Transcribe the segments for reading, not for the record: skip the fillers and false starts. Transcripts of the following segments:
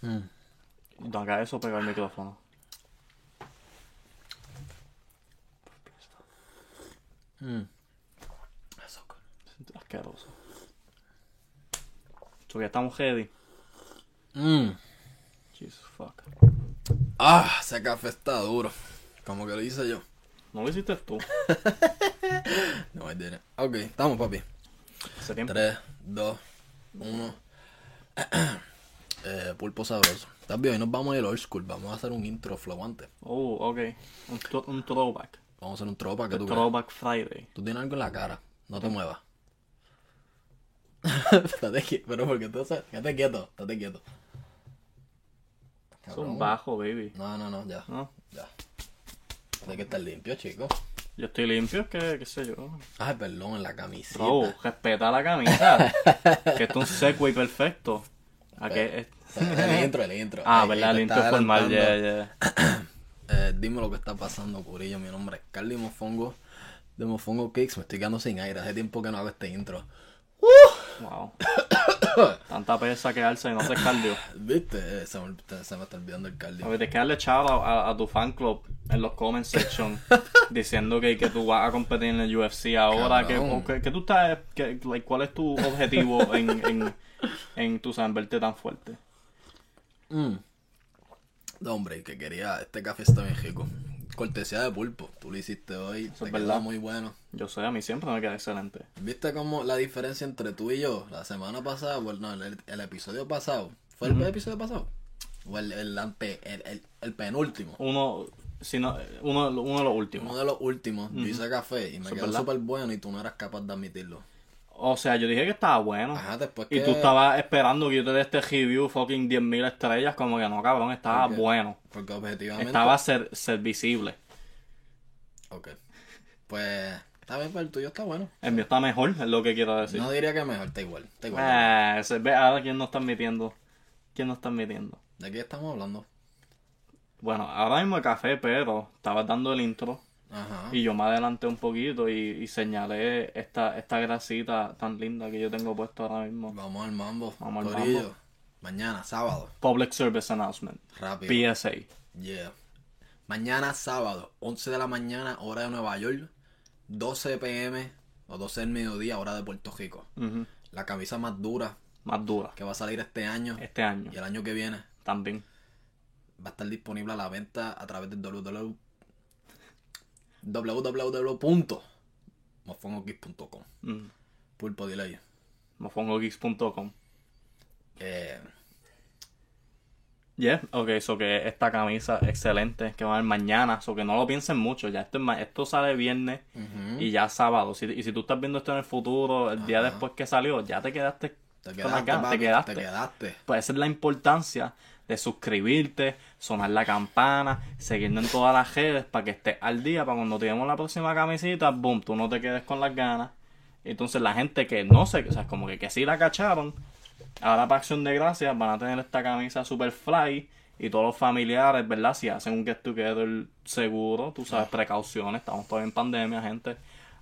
No haga eso, pega el micrófono. Eso. Asqueroso. So ya estamos ready. Jesus fuck. Ese café está duro. Como que lo hice yo. ¿No lo hiciste tú? No, I didn't. Ok, estamos, papi. Hace tiempo. 3, 2, 1. Pulpo sabroso. ¿Estás bien? Hoy nos vamos a ir old school. Vamos a hacer un intro flow antes. Oh, ok. Un throwback. Vamos a hacer un tropa que tú crees. Throwback Friday. Tú tienes algo en la cara. No te muevas. Pero porque tú sabes. Estate quieto. Estate quieto. Es un bajo, baby. No, ya. ¿No? Ya. Tienes que estar limpio, chico. Yo estoy limpio, qué sé yo. Ay, perdón, en la camisita. Oh, respeta la camisa. Que esto es un segue perfecto. ¿A qué? El intro. Ah, Ay, verdad, el te intro está formal, adelantando. yeah. Dime lo que está pasando, Corillo. Mi nombre es Carly Mofongo de Mofongo Kicks. Me estoy quedando sin aire. Hace tiempo que no hago este intro. Wow. Tanta pesa que alza y no haces cardio. ¿Viste? Se me está olvidando el cardio. A ver, tienes que darle shout a tu fan club en los comment section diciendo que tú vas a competir en el UFC ahora. Que tú estás. ¿Cuál es tu objetivo en tu sabes, verte tan fuerte? No, hombre, que quería. Este café está bien rico. Cortesía de Pulpo. Tú lo hiciste hoy. Eso te es quedó verdad. muy bueno. Yo sé, a mí siempre me queda excelente. ¿Viste cómo la diferencia entre tú y yo? La semana pasada, bueno, el episodio pasado. ¿Fue el episodio pasado? ¿O el penúltimo? Uno de los últimos. Uno de los últimos. Yo hice café y me Eso es quedó verdad. súper bueno y tú no eras capaz de admitirlo. O sea, yo dije que estaba bueno. Ajá, después Y que... tú estabas esperando que yo te dé este review fucking 10,000 estrellas. Como que no, cabrón, estaba ¿Por qué? bueno. Porque objetivamente... Estaba servicible. Ok. Pues... Está bien, pero el tuyo está bueno. El mío está mejor, es lo que quiero decir. No diría que mejor, está igual. Está igual. Ve ahora quién no está admitiendo. ¿Quién no está admitiendo? ¿De qué estamos hablando? Bueno, ahora mismo el café, pero estabas dando el intro. Ajá. Y yo me adelanté un poquito y señalé esta grasita tan linda que yo tengo puesto ahora mismo. Vamos al mambo. Vamos al Corillo. mambo. Mañana, sábado. Public Service Announcement. Rápido. PSA. Yeah. Mañana, sábado, 11 de la mañana, hora de Nueva York. 12 p.m. o 12 del mediodía, hora de Puerto Rico. Ujú. La camisa más dura Más dura. que va a salir este año Este año. y el año que viene También. va a estar disponible a la venta a través del www.mofongokids.com. Pulpo, dile ahí. Mofongogeeks.com. Eh, Yeah, ok, so que esta camisa excelente que va a haber mañana, so que no lo piensen mucho, ya esto sale viernes y ya sábado, y si tú estás viendo esto en el futuro, el día después que salió, ya te quedaste te con las quedaste, ganas, papi, te quedaste. te quedaste. Pues esa es la importancia de suscribirte, sonar la campana, seguirnos en todas las redes para que estés al día, para cuando tengamos la próxima camisita, boom, tú no te quedes con las ganas. Entonces la gente que no sé, o sea, como que sí la cacharon, ahora para Acción de Gracias van a tener esta camisa super fly y todos los familiares, ¿verdad? Si hacen un get together seguro, tú sabes, precauciones, estamos todavía en pandemia, gente.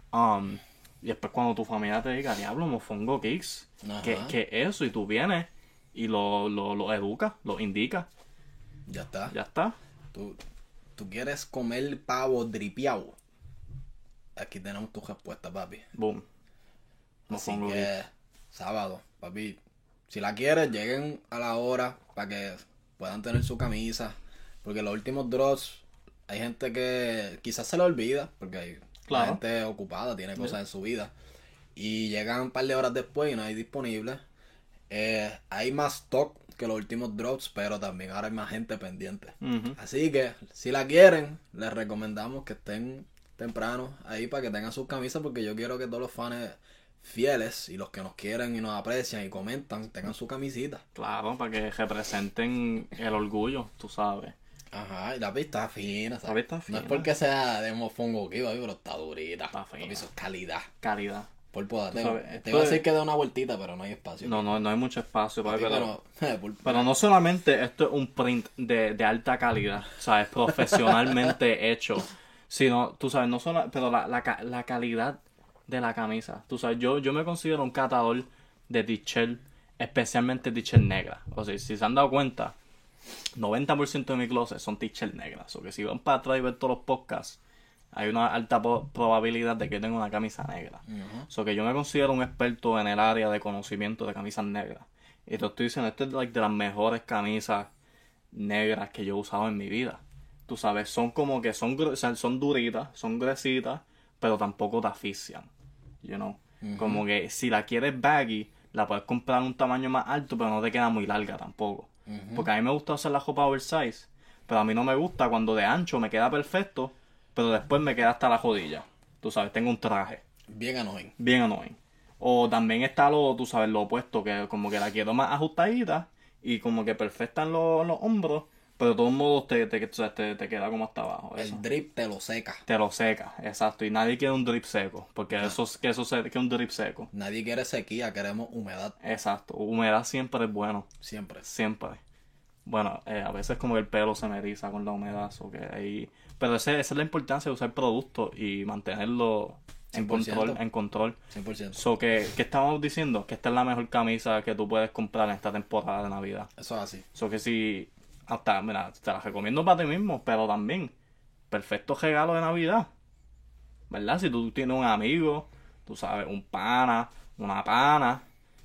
Y después cuando tu familia te diga, diablo, Mofongo Kicks, Ajá. ¿qué es eso? Y tú vienes y lo educas, lo indicas, Ya está. ya está. ¿Tú quieres comer pavo dripiao? Aquí tenemos tu respuesta, papi. Boom. Así Mofongo que, Kicks. sábado, papi. Si la quieres, lleguen a la hora para que puedan tener su camisa. Porque los últimos drops, hay gente que quizás se le olvida, porque hay Claro. gente ocupada, tiene cosas en su vida. Y llegan un par de horas después y no hay disponible. Hay más stock que los últimos drops, pero también ahora hay más gente pendiente. Ujú. Así que, si la quieren, les recomendamos que estén temprano ahí para que tengan sus camisas, porque yo quiero que todos los fans fieles y los que nos quieren y nos aprecian y comentan tengan su camisita. Claro, para que representen el orgullo, tú sabes. Ajá, y la pista fina, ¿sabes? La pista No fina. es porque sea de mofongo aquí, papi, pero está durita. Está fina. Papi, eso es calidad. Calidad. Pulpo, Tú sabes, te esto iba a es- decir que dé una vueltita, pero no hay espacio. No hay mucho espacio, papi, Papi, pero Pulpo, no solamente esto es un print de alta calidad, ¿sabes? Profesionalmente hecho, sino, tú sabes, no solo, pero la calidad de la camisa. Tú sabes, yo me considero un catador de t-shirt, especialmente t-shirt negra. O sea, si se han dado cuenta, 90% de mi closet son t-shirts negras. O que si van para atrás y ven todos los podcasts, hay una alta probabilidad de que tenga una camisa negra. So que yo me considero un experto en el área de conocimiento de camisas negras. Y te estoy diciendo, esta es de las mejores camisas negras que yo he usado en mi vida. Tú sabes, son como que son duritas, son gruesitas, pero tampoco te asfixian. You know? Como que si la quieres baggy, la puedes comprar en un tamaño más alto, pero no te queda muy larga tampoco. Porque a mí me gusta usar la ropa oversize, pero a mí no me gusta cuando de ancho me queda perfecto, pero después me queda hasta la rodilla. Tú sabes, tengo un traje. Bien annoying. Bien annoying. O también está tú sabes, lo opuesto, que como que la quiero más ajustadita y como que perfecta en los hombros, pero de todos modos te queda como hasta abajo. Eso. El drip te lo seca. Te lo seca, exacto. Y nadie quiere un drip seco, porque que es un drip seco. Nadie quiere sequía, queremos humedad. Exacto. Humedad siempre es bueno. Siempre. Siempre. Bueno, a veces como el pelo se me eriza con la humedad, pero esa es la importancia de usar productos y mantenerlo en 100%. control. 100%. So que estamos diciendo que esta es la mejor camisa que tú puedes comprar en esta temporada de Navidad. Eso es así. So que si hasta, mira, te la recomiendo para ti mismo, pero también perfecto regalo de Navidad. ¿Verdad? Si tú tienes un amigo, tú sabes, un pana, una pana.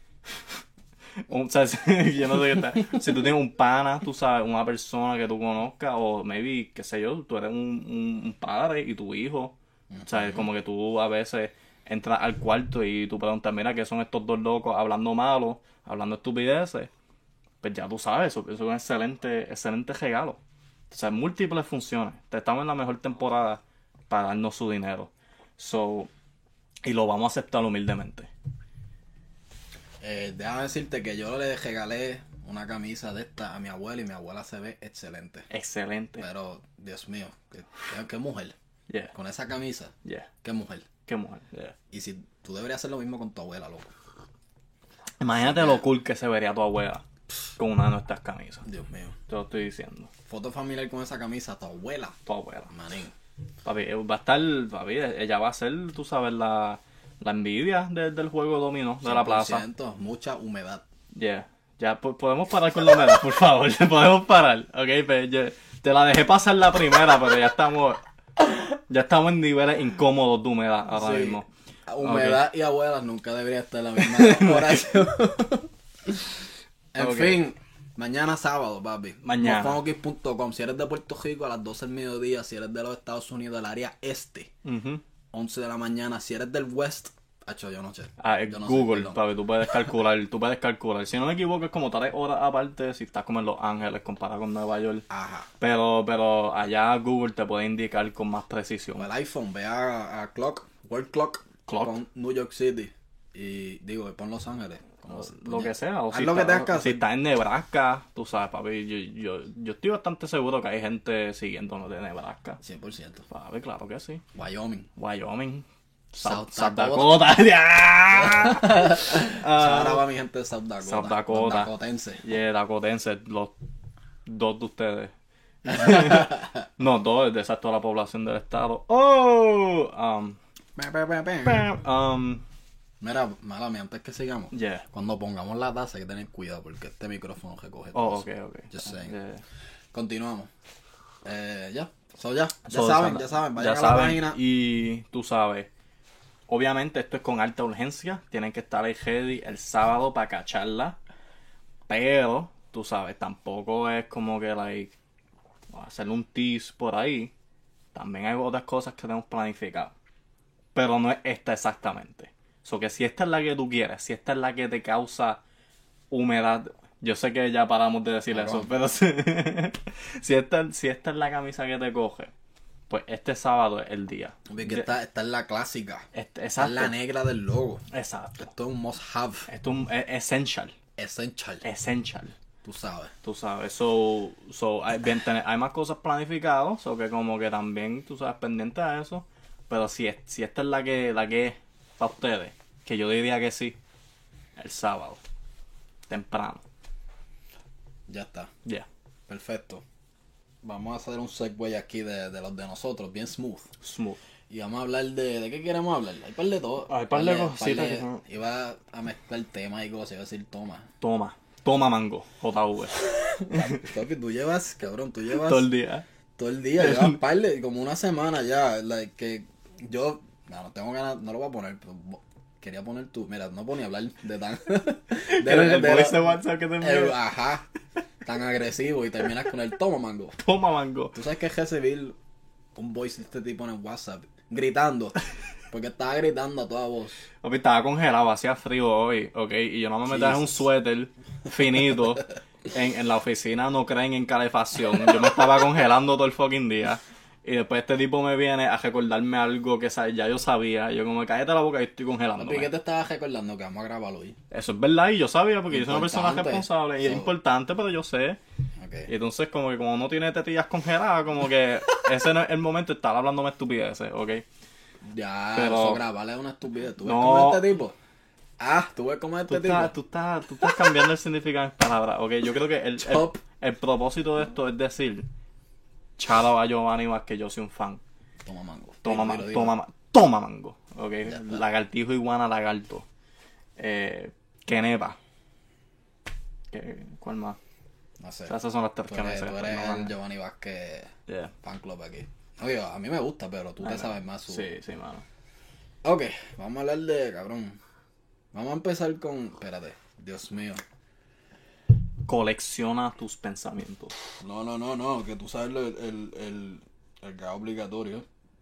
O sea, yo no sé qué tal. Si tú tienes un pana, tú sabes, una persona que tú conozcas, o maybe, qué sé yo, tú eres un padre y tu hijo. O sea, como que tú a veces entras al cuarto y tú preguntas, mira, ¿qué son estos dos locos hablando malo, hablando estupideces? Pues ya tú sabes, eso es un excelente regalo. O sea, múltiples funciones. Estamos en la mejor temporada para darnos su dinero. Y lo vamos a aceptar humildemente. Déjame decirte que yo le regalé una camisa de esta a mi abuela y mi abuela se ve excelente. Excelente. Pero, Dios mío, qué mujer. Yeah. Con esa camisa, Yeah. qué mujer. Qué mujer. Yeah. Y si tú deberías hacer lo mismo con tu abuela, loco. Imagínate lo cool que se vería tu abuela con una de nuestras camisas. Dios mío. Te lo estoy diciendo. Foto familiar con esa camisa, tu abuela. Tu abuela. Manín. Papi, va a estar, papi, ella va a ser, tú sabes, la envidia del juego de dominó de la plaza. 100%, mucha humedad. Yeah. Ya podemos parar con la humedad, por favor. Podemos parar. Ok, pues te la dejé pasar la primera, pero ya estamos en niveles incómodos de humedad ahora mismo. Humedad y abuelas nunca debería estar en la misma oración. En fin, mañana sábado, papi. Mañana. Mofonokis.com. Si eres de Puerto Rico, a las 12 del mediodía. Si eres de los Estados Unidos, del área este, 11 de la mañana. Si eres del West, yo no sé. Yo no Google, sé, papi, tú puedes calcular. Si no me equivoco, es como 3 horas aparte si estás como en Los Ángeles comparado con Nueva York. Ajá. Pero allá Google te puede indicar con más precisión. O el iPhone, ve a World Clock. Pon New York City. Y pon Los Ángeles. Lo que sea. O haz lo que tengas que hacer. Si estás en Nebraska, tú sabes, papi, yo estoy bastante seguro que hay gente siguiéndonos de Nebraska. 100%. Papi, claro que sí. Wyoming. South Dakota. Ahora va mi gente de South Dakota. South Dakota. Los dakotenses. Yeah, dakotenses, los 2 de ustedes. No, 2 de esa toda la población del estado. Mira, mala mía, antes que sigamos. Yeah. Cuando pongamos la taza hay que tener cuidado porque este micrófono recoge Oh, todo. ok. Just saying. Yeah. Continuamos. Ya saben, vayan Ya a la saben, página. y tú sabes, obviamente esto es con alta urgencia, tienen que estar ahí ready el sábado para cacharla, pero tú sabes, tampoco es como que hacerle un tease por ahí. También hay otras cosas que tenemos planificado, pero no es esta exactamente. So que si esta es la que tú quieres, si esta es la que te causa humedad, yo sé que ya paramos de decir eso, pero si esta es la camisa que te coge, pues este sábado es el día. Esta es la clásica. Exacto. Esta es la negra del logo. Exacto. Esto es un must have. Esto es essential. Essential. Tú sabes. Hay más cosas planificadas, o que como que también, tú sabes, pendiente a eso. Pero si esta es la que es para ustedes, que yo diría que sí, el sábado, temprano. Ya está. Ya. Perfecto. Vamos a hacer un segue aquí de los de nosotros, bien smooth. Y vamos a hablar ¿de qué queremos hablar? Hay par de todo. Hay par de cositas. Iba a mezclar temas y cosas, iba a decir toma Toma mango, JV. Papi, tú llevas, cabrón, tú llevas Todo el día. todo el día, llevas par de, como una semana ya, like, que yo, no tengo ganas, no lo voy a poner, pero quería poner tú, mira, no ponía hablar de tan, El voice de WhatsApp que te envió. ajá, tan agresivo y terminas con el toma mango. Toma, mango. Tú sabes que es recibir un voice de este tipo en el WhatsApp, gritando, porque estaba gritando a toda voz. Papi, estaba congelado, hacía frío hoy, ¿ok? Y yo no me metía en un Jesus. suéter finito. En la oficina no creen en calefacción. Yo me estaba congelando todo el fucking día. Y después este tipo me viene a recordarme algo que ya yo sabía. Yo como, cállate la boca y estoy congelando. Papi, ¿qué te estabas recordando? Que vamos a grabarlo hoy. Eso es verdad y yo sabía porque yo soy una persona Importante. responsable y es So- importante, pero yo sé. Ok. Y entonces como que como uno tiene tetillas congeladas, como que ese no es el momento de estar hablándome estupideces, ¿ok? Ya, Pero- eso grabarle es una estupidez. ¿Tú ves No. cómo es este tipo? Ah, ¿tú ves cómo es Tú este tipo? estás cambiando el significado de las palabras, ¿ok? Yo creo que Chop. el propósito de esto es decir, chao a Giovanni Vázquez, yo soy un fan. Toma mango. Toma, Dilo, dilo. toma mango, ¿ok? está. Lagartijo, iguana, lagarto. Kenepa. ¿Cuál más? No sé. O sea, esas son las tres Tú que me eres, sé. tú eres no, el no. Giovanni Vázquez Yeah. fan club aquí. Oye, a mí me gusta, pero tú te Bueno, sabes más su... Sí, sí, mano. Ok, vamos a hablar de... Cabrón. Vamos a empezar con... Espérate. Dios mío. Colecciona tus pensamientos. No. Que tú sabes el gas obligatorio.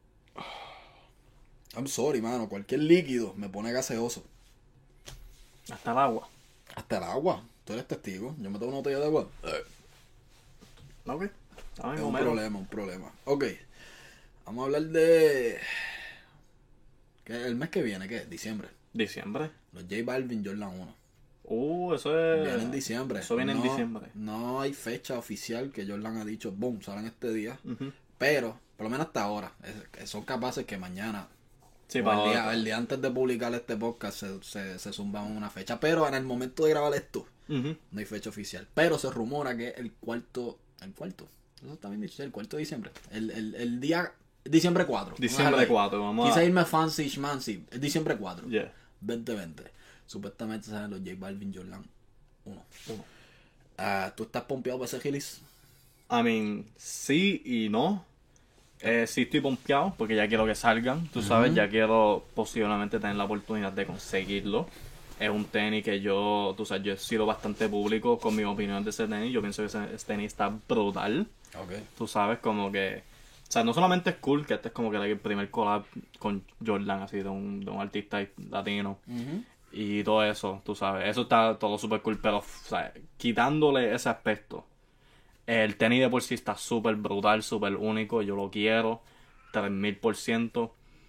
I'm sorry, mano. Cualquier líquido me pone gaseoso. Hasta el agua. Hasta el agua. Tú eres testigo. Yo me tomo una botella de agua. Ok. Es un problema. Ok. Vamos a hablar de... El mes que viene, ¿qué es? Diciembre. Diciembre. Los J Balvin Jordan 1. Eso es... Viene en diciembre. Eso viene en diciembre. No hay fecha oficial que Jordan ha dicho, boom, salen este día. Ujú. Pero, por lo menos hasta ahora, son capaces que mañana, Sí, o para el día antes de publicar este podcast, se zumban una fecha. Pero en el momento de grabar esto, Ujú. no hay fecha oficial. Pero se rumora que el cuarto, eso está bien dicho, el cuarto de diciembre. El día, diciembre 4. Diciembre 4, vamos Quise a... irme fancy schmancy, el diciembre 4. Yeah. 2020. Supuestamente salen los J Balvin Jordan 1. Uno. ¿Tú estás pompeado para ese release? I mean, sí y no. Sí estoy pompeado porque ya quiero que salgan. Tú sabes, ya quiero posiblemente tener la oportunidad de conseguirlo. Es un tenis que tú sabes, yo he sido bastante público con mi opinión de ese tenis. Yo pienso que ese tenis está brutal. Ok. Tú sabes, como que... O sea, no solamente es cool, que este es como que el primer collab con Jordan, así, de un artista latino. Y todo eso, tú sabes. Eso está todo súper cool, pero, o sea, quitándole ese aspecto. El tenis de por sí está súper brutal, súper único. Yo lo quiero. 3000%.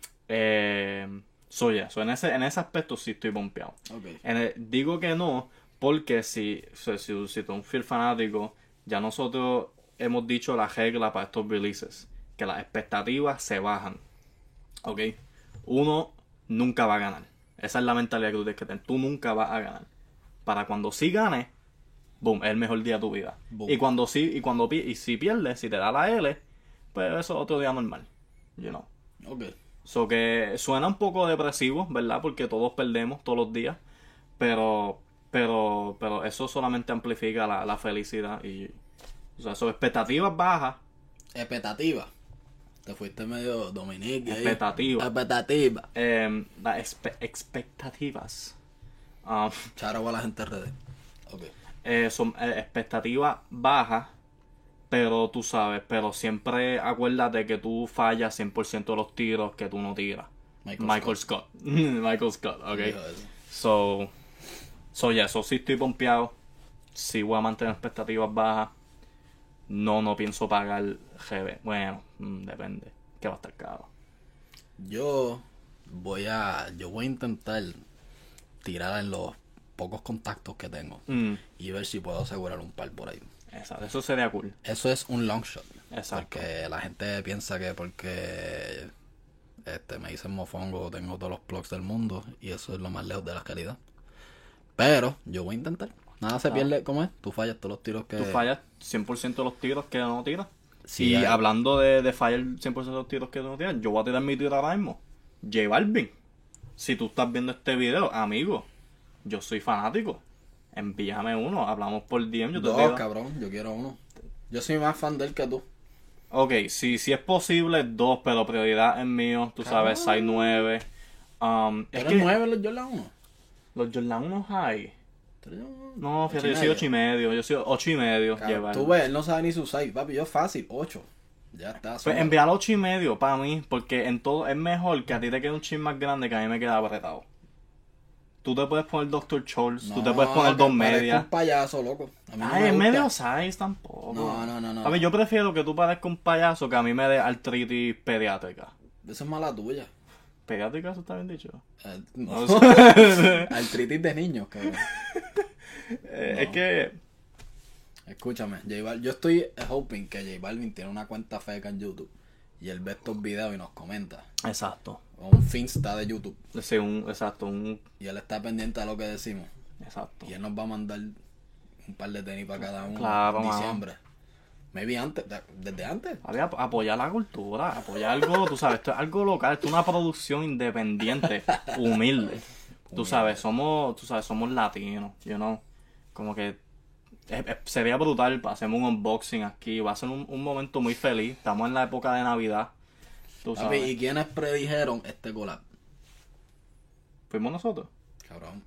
En ese aspecto sí estoy pompeado. Ok. Digo que no, porque si tú eres un fiel fanático, ya nosotros hemos dicho la regla para estos releases. Que las expectativas se bajan. ¿Ok? Uno nunca va a ganar. Esa es la mentalidad que tú tienes que tener. Tú nunca vas a ganar. Para cuando sí ganes, boom, es el mejor día de tu vida. Boom. Y si pierdes, si te da la L, pues eso es otro día normal. You know. Ok. So que suena un poco depresivo, ¿verdad? Porque todos perdemos todos los días. Pero eso solamente amplifica la felicidad. Y, o sea, son expectativas bajas. Expectativa. Te fuiste medio Dominique ahí. Expectativa. Expectativa. Las expectativas. Charo a la gente RD. Ok. Son expectativas bajas, pero tú sabes, pero siempre acuérdate que tú fallas 100% de los tiros que tú no tiras. Michael Scott. Michael Scott, ok. Dijo eso. So sí estoy pompeado. Sí voy a mantener expectativas bajas. No pienso pagar GB. Bueno, depende. Que va a estar caro. Yo voy a intentar tirar en los pocos contactos que tengo y ver si puedo asegurar un par por ahí. Exacto, eso sería cool. Eso es un long shot. Exacto. Porque la gente piensa que porque me dicen mofongo tengo todos los plugs del mundo y eso es lo más lejos de la calidad. Pero yo voy a intentar. Nada se pierde, ¿cómo es? Tú fallas todos los tiros que... Tú fallas 100% de los tiros que no tiras. Sí, y hay- hablando de fallar 100% de los tiros que no tiras, yo voy a tirar mi tiro ahora mismo. J Balvin. Si tú estás viendo este video, amigo, yo soy fanático. envíame uno, hablamos por DM, yo te Dos, pido. cabrón, yo quiero uno. Yo soy más fan de él que tú. Ok, si es posible, 2, pero prioridad es mío, tú sabes, Cabrón. 6'9". Es ¿Pero que 9 los Jordan 1? los Jordan 1 hay. No, fíjate, yo Ocho y soy medio. 8'5", yo soy 8'5". Cabrón, llevar. tú ves, él no sabe ni su 6, papi, yo fácil, 8. Ya está. Pues solo. enviar 8'5" para mí, porque en todo es mejor que a ti te quede un chin más grande que a mí me queda apretado. Tú te puedes poner Dr. Scholes, tú te puedes poner que 2 parezco medias. un payaso, loco. A mí no Ay, me en gusta. medio size tampoco. No. A mí yo prefiero que tú parezcas un payaso que a mí me dé artritis pediátrica. Eso es mala tuya. ¿Pediátrica eso está bien dicho? No. O sea, Artritis de niños, cabrón. Es que... Escúchame, yo estoy hoping que J Balvin tiene una cuenta fake en YouTube y él ve estos videos y nos comenta. Exacto. O un Finsta de YouTube Sí, exacto, y él está pendiente de lo que decimos. exacto. Y él nos va a mandar un par de tenis para cada uno Claro, en mano. diciembre. Maybe antes, desde antes. Apoyar la cultura, apoyar algo, tú sabes, esto es algo local, esto es una producción independiente, humilde. Tú sabes, somos latinos, you know, como que sería brutal, hacemos un unboxing aquí, va a ser un momento muy feliz, estamos en la época de Navidad, tú Papi, sabes. ¿y quiénes predijeron este collab? Fuimos nosotros. Cabrón.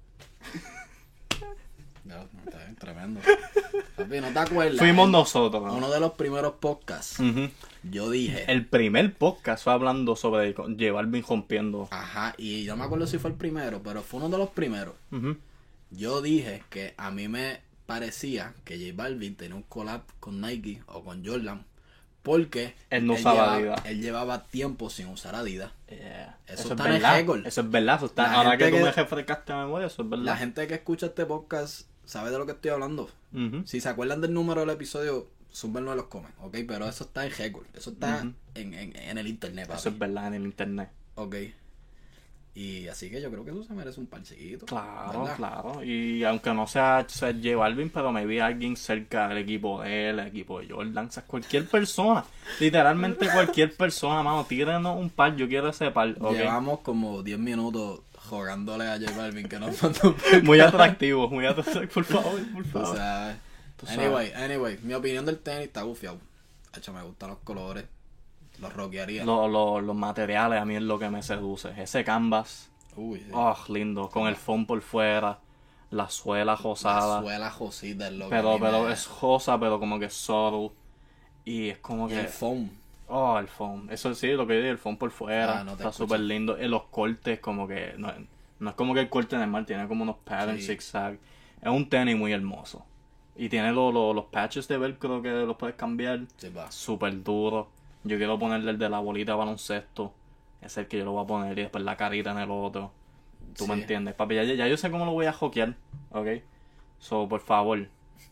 Ya, está bien, tremendo. Papi, ¿no te acuerdas? Fuimos nosotros, ¿no? Uno de los primeros podcasts, Ujú. yo dije... El primer podcast fue hablando sobre llevar bien rompiendo. Ajá, y yo no me acuerdo si fue el primero, pero fue uno de los primeros. Ujú. Yo dije que a mí me parecía que J Balvin tenía un collab con Nike o con Jordan porque Él no usaba Adidas. él llevaba tiempo sin usar Adidas. Yeah. Eso es está en el verdad. récord. Eso es verdad. Eso está, La ahora gente que tú que- me refrescaste la memoria, eso es verdad. La gente que escucha este podcast sabe de lo que estoy hablando. Ujú. Si se acuerdan del número del episodio, súbenlo en los comments, ¿ok? Pero eso está en récord. Eso está Ujú. en el internet, papi. Eso es verdad en el internet. Ok. Y así que yo creo que eso se merece un parcito. Claro, ¿verdad? claro. Y aunque no sea J Balvin, pero me vi a alguien cerca del equipo de él, el equipo de Jordan, o sea, cualquier persona. Literalmente cualquier persona, mano. Tírenos un par, yo quiero ese par, ok. Llevamos como 10 minutos jugándole a J Balvin que nos mandó. Muy atractivo, muy atractivo. Por favor, por O favor. sea, Tú sabes. anyway, mi opinión del tenis está gufiado. Hecho, me gustan los colores. Los rockearía. Los materiales a mí es lo que me seduce. Ese canvas, Uy, sí. oh, lindo, con el foam por fuera, la suela La rosada. suela josita es lo que Pero, a mí pero me- es rosa, pero como que subtle. Y es como Y que... el foam. Oh, el foam. Eso sí, lo que yo dije, el foam por fuera. Ah, no te Está escucho. súper lindo. Y los cortes como que... No es como que el corte normal, tiene como unos patterns Sí. zigzag. Es un tenis muy hermoso. Y tiene los patches de velcro que los puedes cambiar. Sí, va. Súper duro. Yo quiero ponerle el de la bolita de baloncesto. Es el que yo lo voy a poner y después la carita en el otro. Tú me Sí. entiendes. Papi, ya yo sé cómo lo voy a hockear. ¿Ok? So, por favor.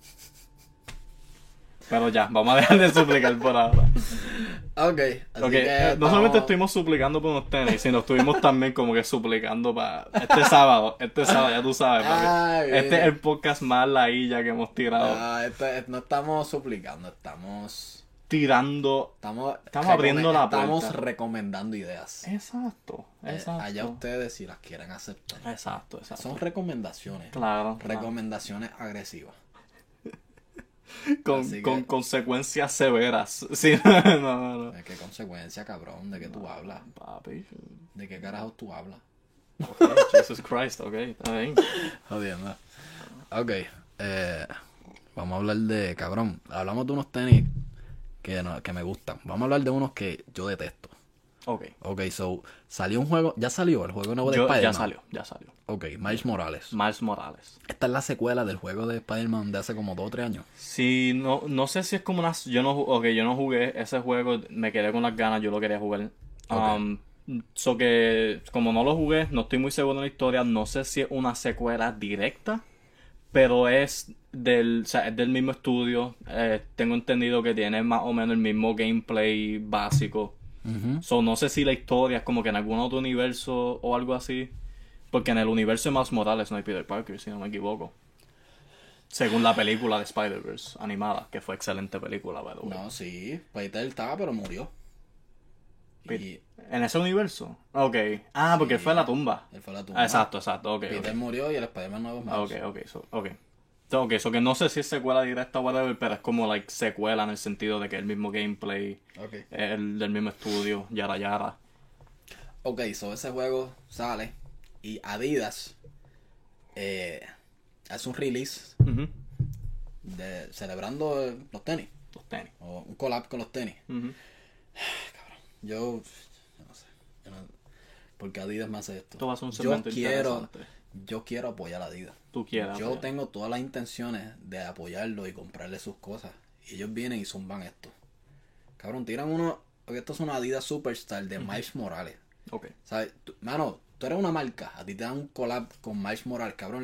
Pero ya, vamos a dejar de suplicar por ahora. Ok, así Ok, que no solamente estamos- estuvimos suplicando por unos tenis, sino estuvimos también como que suplicando para este sábado, ya tú sabes, papi. Ay, Este mira. es el podcast más lailla que hemos tirado. No estamos suplicando, estamos Estamos abriendo la Estamos puerta. recomendando ideas. Exacto, exacto. Allá ustedes si las quieren aceptar. Exacto. Son recomendaciones. Claro. Recomendaciones agresivas. Con Así que- consecuencias severas. Sí, no. ¿De qué consecuencia, cabrón? ¿De qué tú hablas? Papi. ¿De qué carajos tú hablas? Okay, Jesus Christ, ok, está bien. Jodiendo. Ok, vamos a hablar de, cabrón, hablamos de unos tenis que me gustan. Vamos a hablar de unos que yo detesto. Ok. Ok, so, salió un juego, ya salió el juego nuevo de Ya Spider-Man. salió. Ok, Miles Morales. Miles Morales. Esta es la secuela del juego de Spider-Man de hace como 2 o 3 años. Sí, no sé si es como una... yo no jugué ese juego, me quedé con las ganas, yo lo quería jugar. Ok. So que, como no lo jugué, no estoy muy seguro de la historia, no sé si es una secuela directa, pero es es del mismo estudio. Tengo entendido que tiene más o menos el mismo gameplay básico. So, no sé si la historia es como que en algún otro universo o algo así. Porque en el universo de Miles Morales no hay Peter Parker, si no me equivoco. Según la película de Spider-Verse animada, que fue excelente película, by the way. No, sí, Peter estaba, pero murió. Y ¿En ese universo? Ok. Ah, porque Sí. fue a la tumba. él fue a la tumba. Exacto, ok. Peter murió y el Spider-Man nuevo es Ok, Miles. ok. Ok, eso que no sé si es secuela directa o whatever, pero es como like secuela en el sentido de que el mismo gameplay, el del mismo estudio, yara yara. Ok, so ese juego sale y Adidas hace un release Ujú. celebrando los tenis. Los tenis. O un collab con los tenis. Ujú. Yo no sé. ¿Por qué Adidas me hace esto? Esto va a ser un segmento interesante. Yo quiero apoyar a Adidas. Tú quieras. Yo apoyar. tengo todas las intenciones de apoyarlo y comprarle sus cosas. Y ellos vienen y zumban esto. Cabrón, tiran uno. Porque esto es una Adidas Superstar de Miles Morales. Ok. ¿Sabes? Mano, tú eres una marca. A ti te dan un collab con Miles Morales. Cabrón,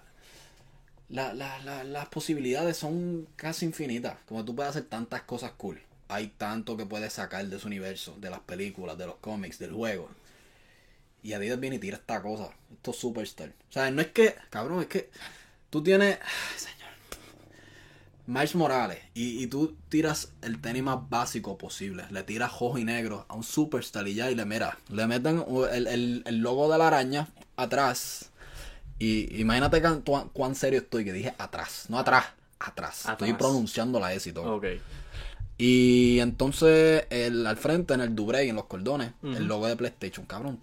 las posibilidades son casi infinitas. Como tú puedes hacer tantas cosas cool. Hay tanto que puedes sacar de su universo, de las películas, de los cómics, del juego. Y Adidas viene y tira esta cosa. Esto es Superstar. O sea, no es que, cabrón, es que tú tienes, ay, señor, Miles Morales y tú tiras el tenis más básico posible. Le tiras rojo y negro a un Superstar y ya, y le meten el logo de la araña atrás. Y imagínate cuán serio estoy, que dije atrás, no atrás, atrás. Estoy pronunciando la S y todo. Ok. Y entonces al frente, en el Dubrey, en los cordones, el logo de PlayStation, cabrón.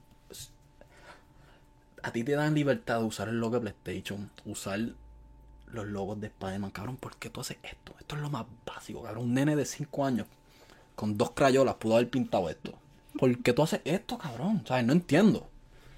A ti te dan libertad de usar el logo de PlayStation, usar los logos de Spider-Man, cabrón. ¿Por qué tú haces esto? Esto es lo más básico, cabrón. Un nene de 5 años con 2 crayolas pudo haber pintado esto. ¿Por qué tú haces esto, cabrón? ¿Sabes? No entiendo.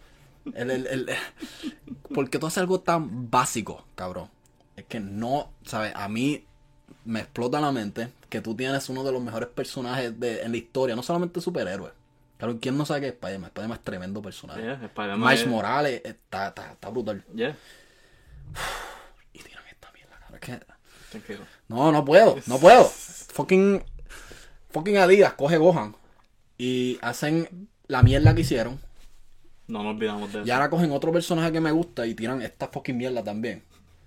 ¿Por qué tú haces algo tan básico, cabrón? Es que no, ¿sabes? A mí me explota la mente que tú tienes uno de los mejores personajes en la historia, no solamente superhéroes. Claro, ¿quién no sabe qué es Spider-Man? Spider-Man es tremendo personaje. Yeah, Spider-Man Miles es- Morales está brutal. Yeah. Y tiran esta mierda, cabrón. Es que... Tranquilo. No puedo. Fucking Adidas coge Gohan y hacen la mierda que hicieron. No nos olvidamos de eso. Y ahora cogen otro personaje que me gusta y tiran esta fucking mierda también.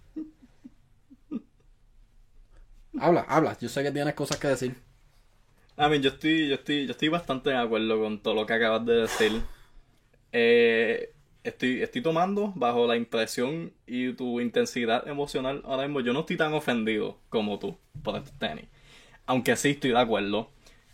Habla. Yo sé que tienes cosas que decir. I mean, yo estoy bastante de acuerdo con todo lo que acabas de decir. Estoy tomando bajo la impresión y tu intensidad emocional ahora mismo. Yo no estoy tan ofendido como tú por este tenis. Aunque sí estoy de acuerdo.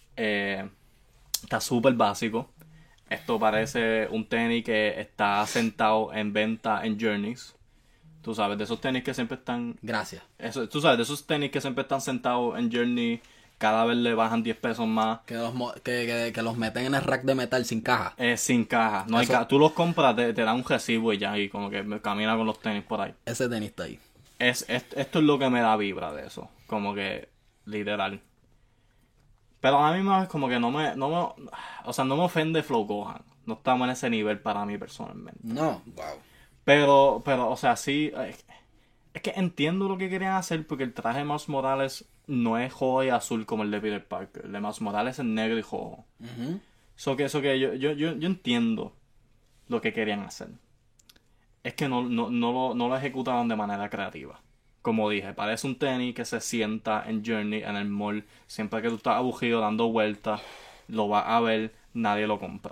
Está súper básico. Esto parece un tenis que está sentado en venta en Journeys. Tú sabes, de esos tenis que siempre están... Gracias. Tú sabes, de esos tenis que siempre están sentados en Journey, cada vez le bajan 10 pesos más. Que los meten en el rack de metal sin caja. Sin caja. No hay Eso- caja. Tú los compras, te dan un recibo y ya, y como que camina con los tenis por ahí. Ese tenis está ahí. Esto es lo que me da vibra de eso. Como que, literal. Pero a mí me como que no me, o sea, no me ofende Flow Gohan. No estamos en ese nivel para mí personalmente. No, wow. Pero, o sea, sí, es que entiendo lo que querían hacer porque el traje de Miles Morales no es rojo y azul como el de Peter Parker. El de Miles Morales es negro y rojo. Eso que yo entiendo lo que querían hacer. Es que no lo ejecutaron de manera creativa. Como dije, parece un tenis que se sienta en Journey, en el mall. Siempre que tú estás aburrido dando vueltas, lo vas a ver, nadie lo compra.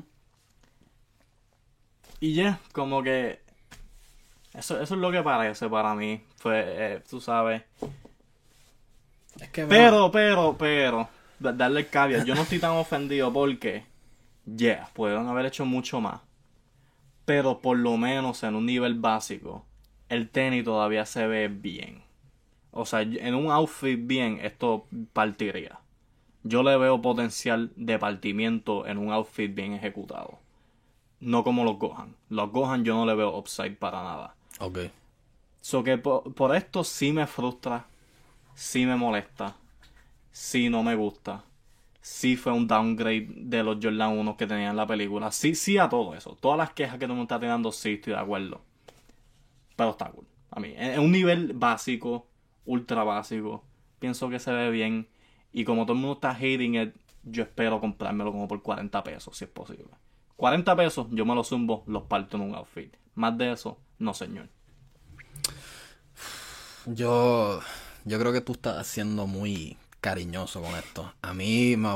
Y ya, como que... Eso es lo que parece para mí. Fue, tú sabes... Es que Pero, darle el caveat. Yo no estoy tan ofendido porque, pudieron haber hecho mucho más. Pero por lo menos en un nivel básico, el tenis todavía se ve bien. O sea, en un outfit bien, esto partiría. Yo le veo potencial de partimiento en un outfit bien ejecutado. No como los Gohan. Los Gohan yo no le veo upside para nada. Ok. So que por esto sí me frustra, sí me molesta, sí no me gusta, sí fue un downgrade de los Jordan 1 que tenían en la película, sí a todo eso. Todas las quejas que todo el mundo está teniendo, sí estoy de acuerdo. Pero está cool. A mí, en un nivel básico, ultra básico, pienso que se ve bien. Y como todo el mundo está hating it, yo espero comprármelo como por 40 pesos, si es posible. 40 pesos, yo me los zumbo, los parto en un outfit. Más de eso, no señor. Yo creo que tú estás siendo muy cariñoso con esto. A mí me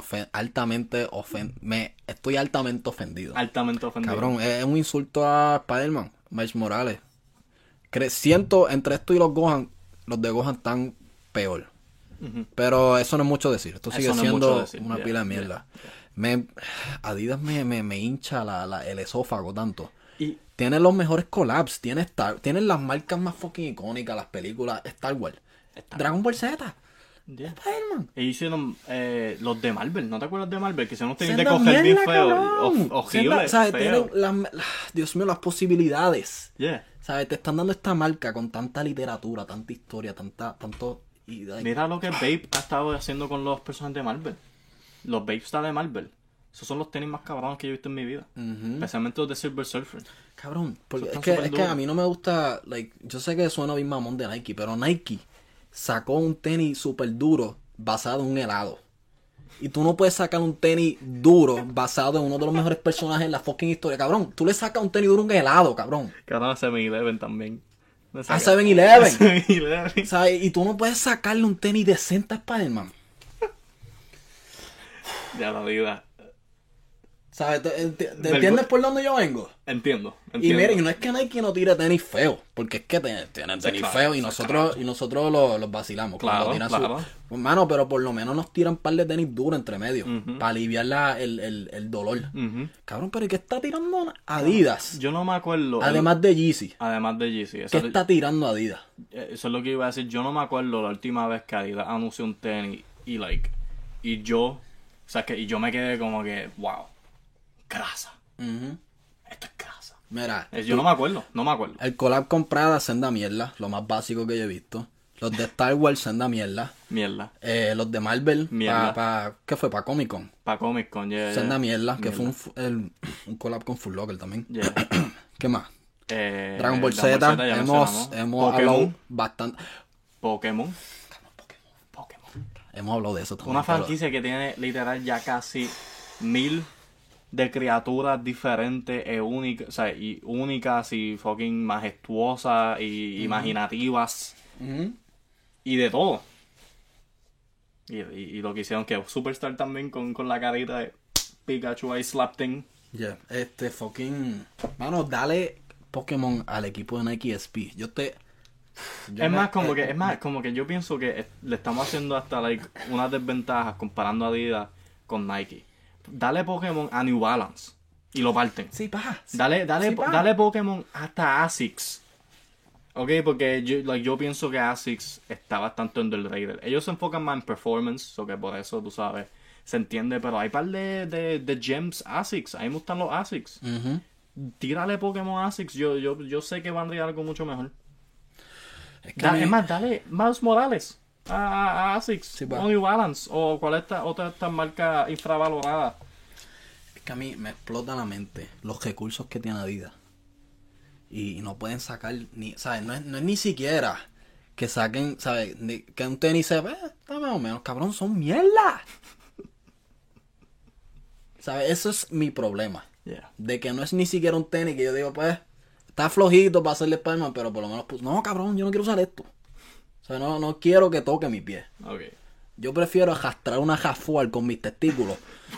estoy altamente ofendido. Altamente ofendido. Cabrón, es un insulto a Spider-Man, Miles Morales. Siento entre esto y los Gohan, los de Gohan están peor. Pero eso no es mucho decir. Esto sigue Eso no es siendo mucho decir, una yeah, pila de mierda. Adidas me hincha el esófago tanto. Y Tiene los mejores collabs. Tiene las marcas más fucking icónicas. Las películas. Star Wars. Dragon Ball Z. yeah. Spider-Man. Ellos hicieron los de Marvel, ¿no te acuerdas de Marvel? Que se nos tienen de Senda coger bien mierda, feo. cabrón. Horrible. ¿Sabes? Feo. Tienen Dios mío, las posibilidades. Yeah. ¿Sabes? Te están dando esta marca con tanta literatura, tanta historia, tanto... Mira lo que Babe ha estado haciendo con los personajes de Marvel. Los Babe está de Marvel. Esos son los tenis más cabrones que yo he visto en mi vida. Especialmente los de Silver Surfer. Cabrón, porque Eso es está que súper a mí no me gusta, yo sé que suena bien mamón de Nike, pero Nike sacó un tenis súper duro basado en un helado. Y tú no puedes sacar un tenis duro basado en uno de los mejores personajes en la fucking historia, cabrón. Tú le sacas un tenis duro a un helado, cabrón. Cabrón, a 7-Eleven también. A 7-Eleven. 7-Eleven. ¿Sabes? Y tú no puedes sacarle un tenis decente a Spider-Man. Ya la vida. ¿Sabes? ¿Te entiendes por dónde yo vengo? Entiendo. Y miren, no es que Nike no tire tenis feo, porque es que tienen tenis feos y nosotros los vacilamos. Claro, tiran claro. Hermano, pero por lo menos nos tiran un par de tenis duros entre medio, para aliviar el dolor. Cabrón, pero ¿y qué está tirando Adidas? Yo no me acuerdo. Además de Yeezy. Además de Yeezy. ¿Qué está tirando Adidas? Eso es lo que iba a decir. Yo no me acuerdo la última vez que Adidas anunció un tenis y yo me quedé como que, wow, grasa. Esto es grasa. Mira, Yo no me acuerdo. el collab con Prada, senda mierda, lo más básico que yo he visto. Los de Star Wars, senda mierda. Mierda. Los de Marvel, Mierda. ¿qué fue? Para Comic Con. Para Comic Con, yeah. Senda mierda, que fue un collab con Full Locker también. Yeah. ¿Qué más? Dragon Ball Dragon Z, ya hemos mencionamos. hablado bastante. Pokémon. Hemos hablado de eso también. Una franquicia que tiene literal ya casi 1000 de criaturas diferentes únicas, o sea, y únicas y fucking majestuosas y imaginativas y de todo. Y lo que hicieron que Superstar también con la carita de Pikachu ahí slap thing. Yeah. Mano, dale Pokémon al equipo de Nike SP. Como que yo pienso que le estamos haciendo hasta unas desventajas comparando a Adidas con Nike. Dale Pokémon a New Balance y lo parten. Sí, pa. Dale Pokémon hasta ASICS. Ok, porque yo pienso que ASICS está bastante underrated. Ellos se enfocan más en performance, que por eso, tú sabes, se entiende, pero hay par de gems ASICS. A mí me gustan los ASICS. Tírale Pokémon ASICS. Yo sé que vendría algo mucho mejor. Es más, dale Miles Morales a ASICS o New Balance o cuál es otra de estas marcas infravaloradas. Es que a mí me explota la mente los recursos que tiene Adidas. Y no pueden sacar ni, ¿sabes? No es ni siquiera que saquen, ¿sabes? Que un tenis se ve, está más o menos, cabrón, son mierda. ¿Sabes? Eso es mi problema. Yeah. De que no es ni siquiera un tenis que yo digo, pues, está flojito para hacerle Spider-Man, pero por lo menos, pues, no, cabrón, yo no quiero usar esto. O sea, no quiero que toque mi pie. Okay. Yo prefiero arrastrar una Jafual con mis testículos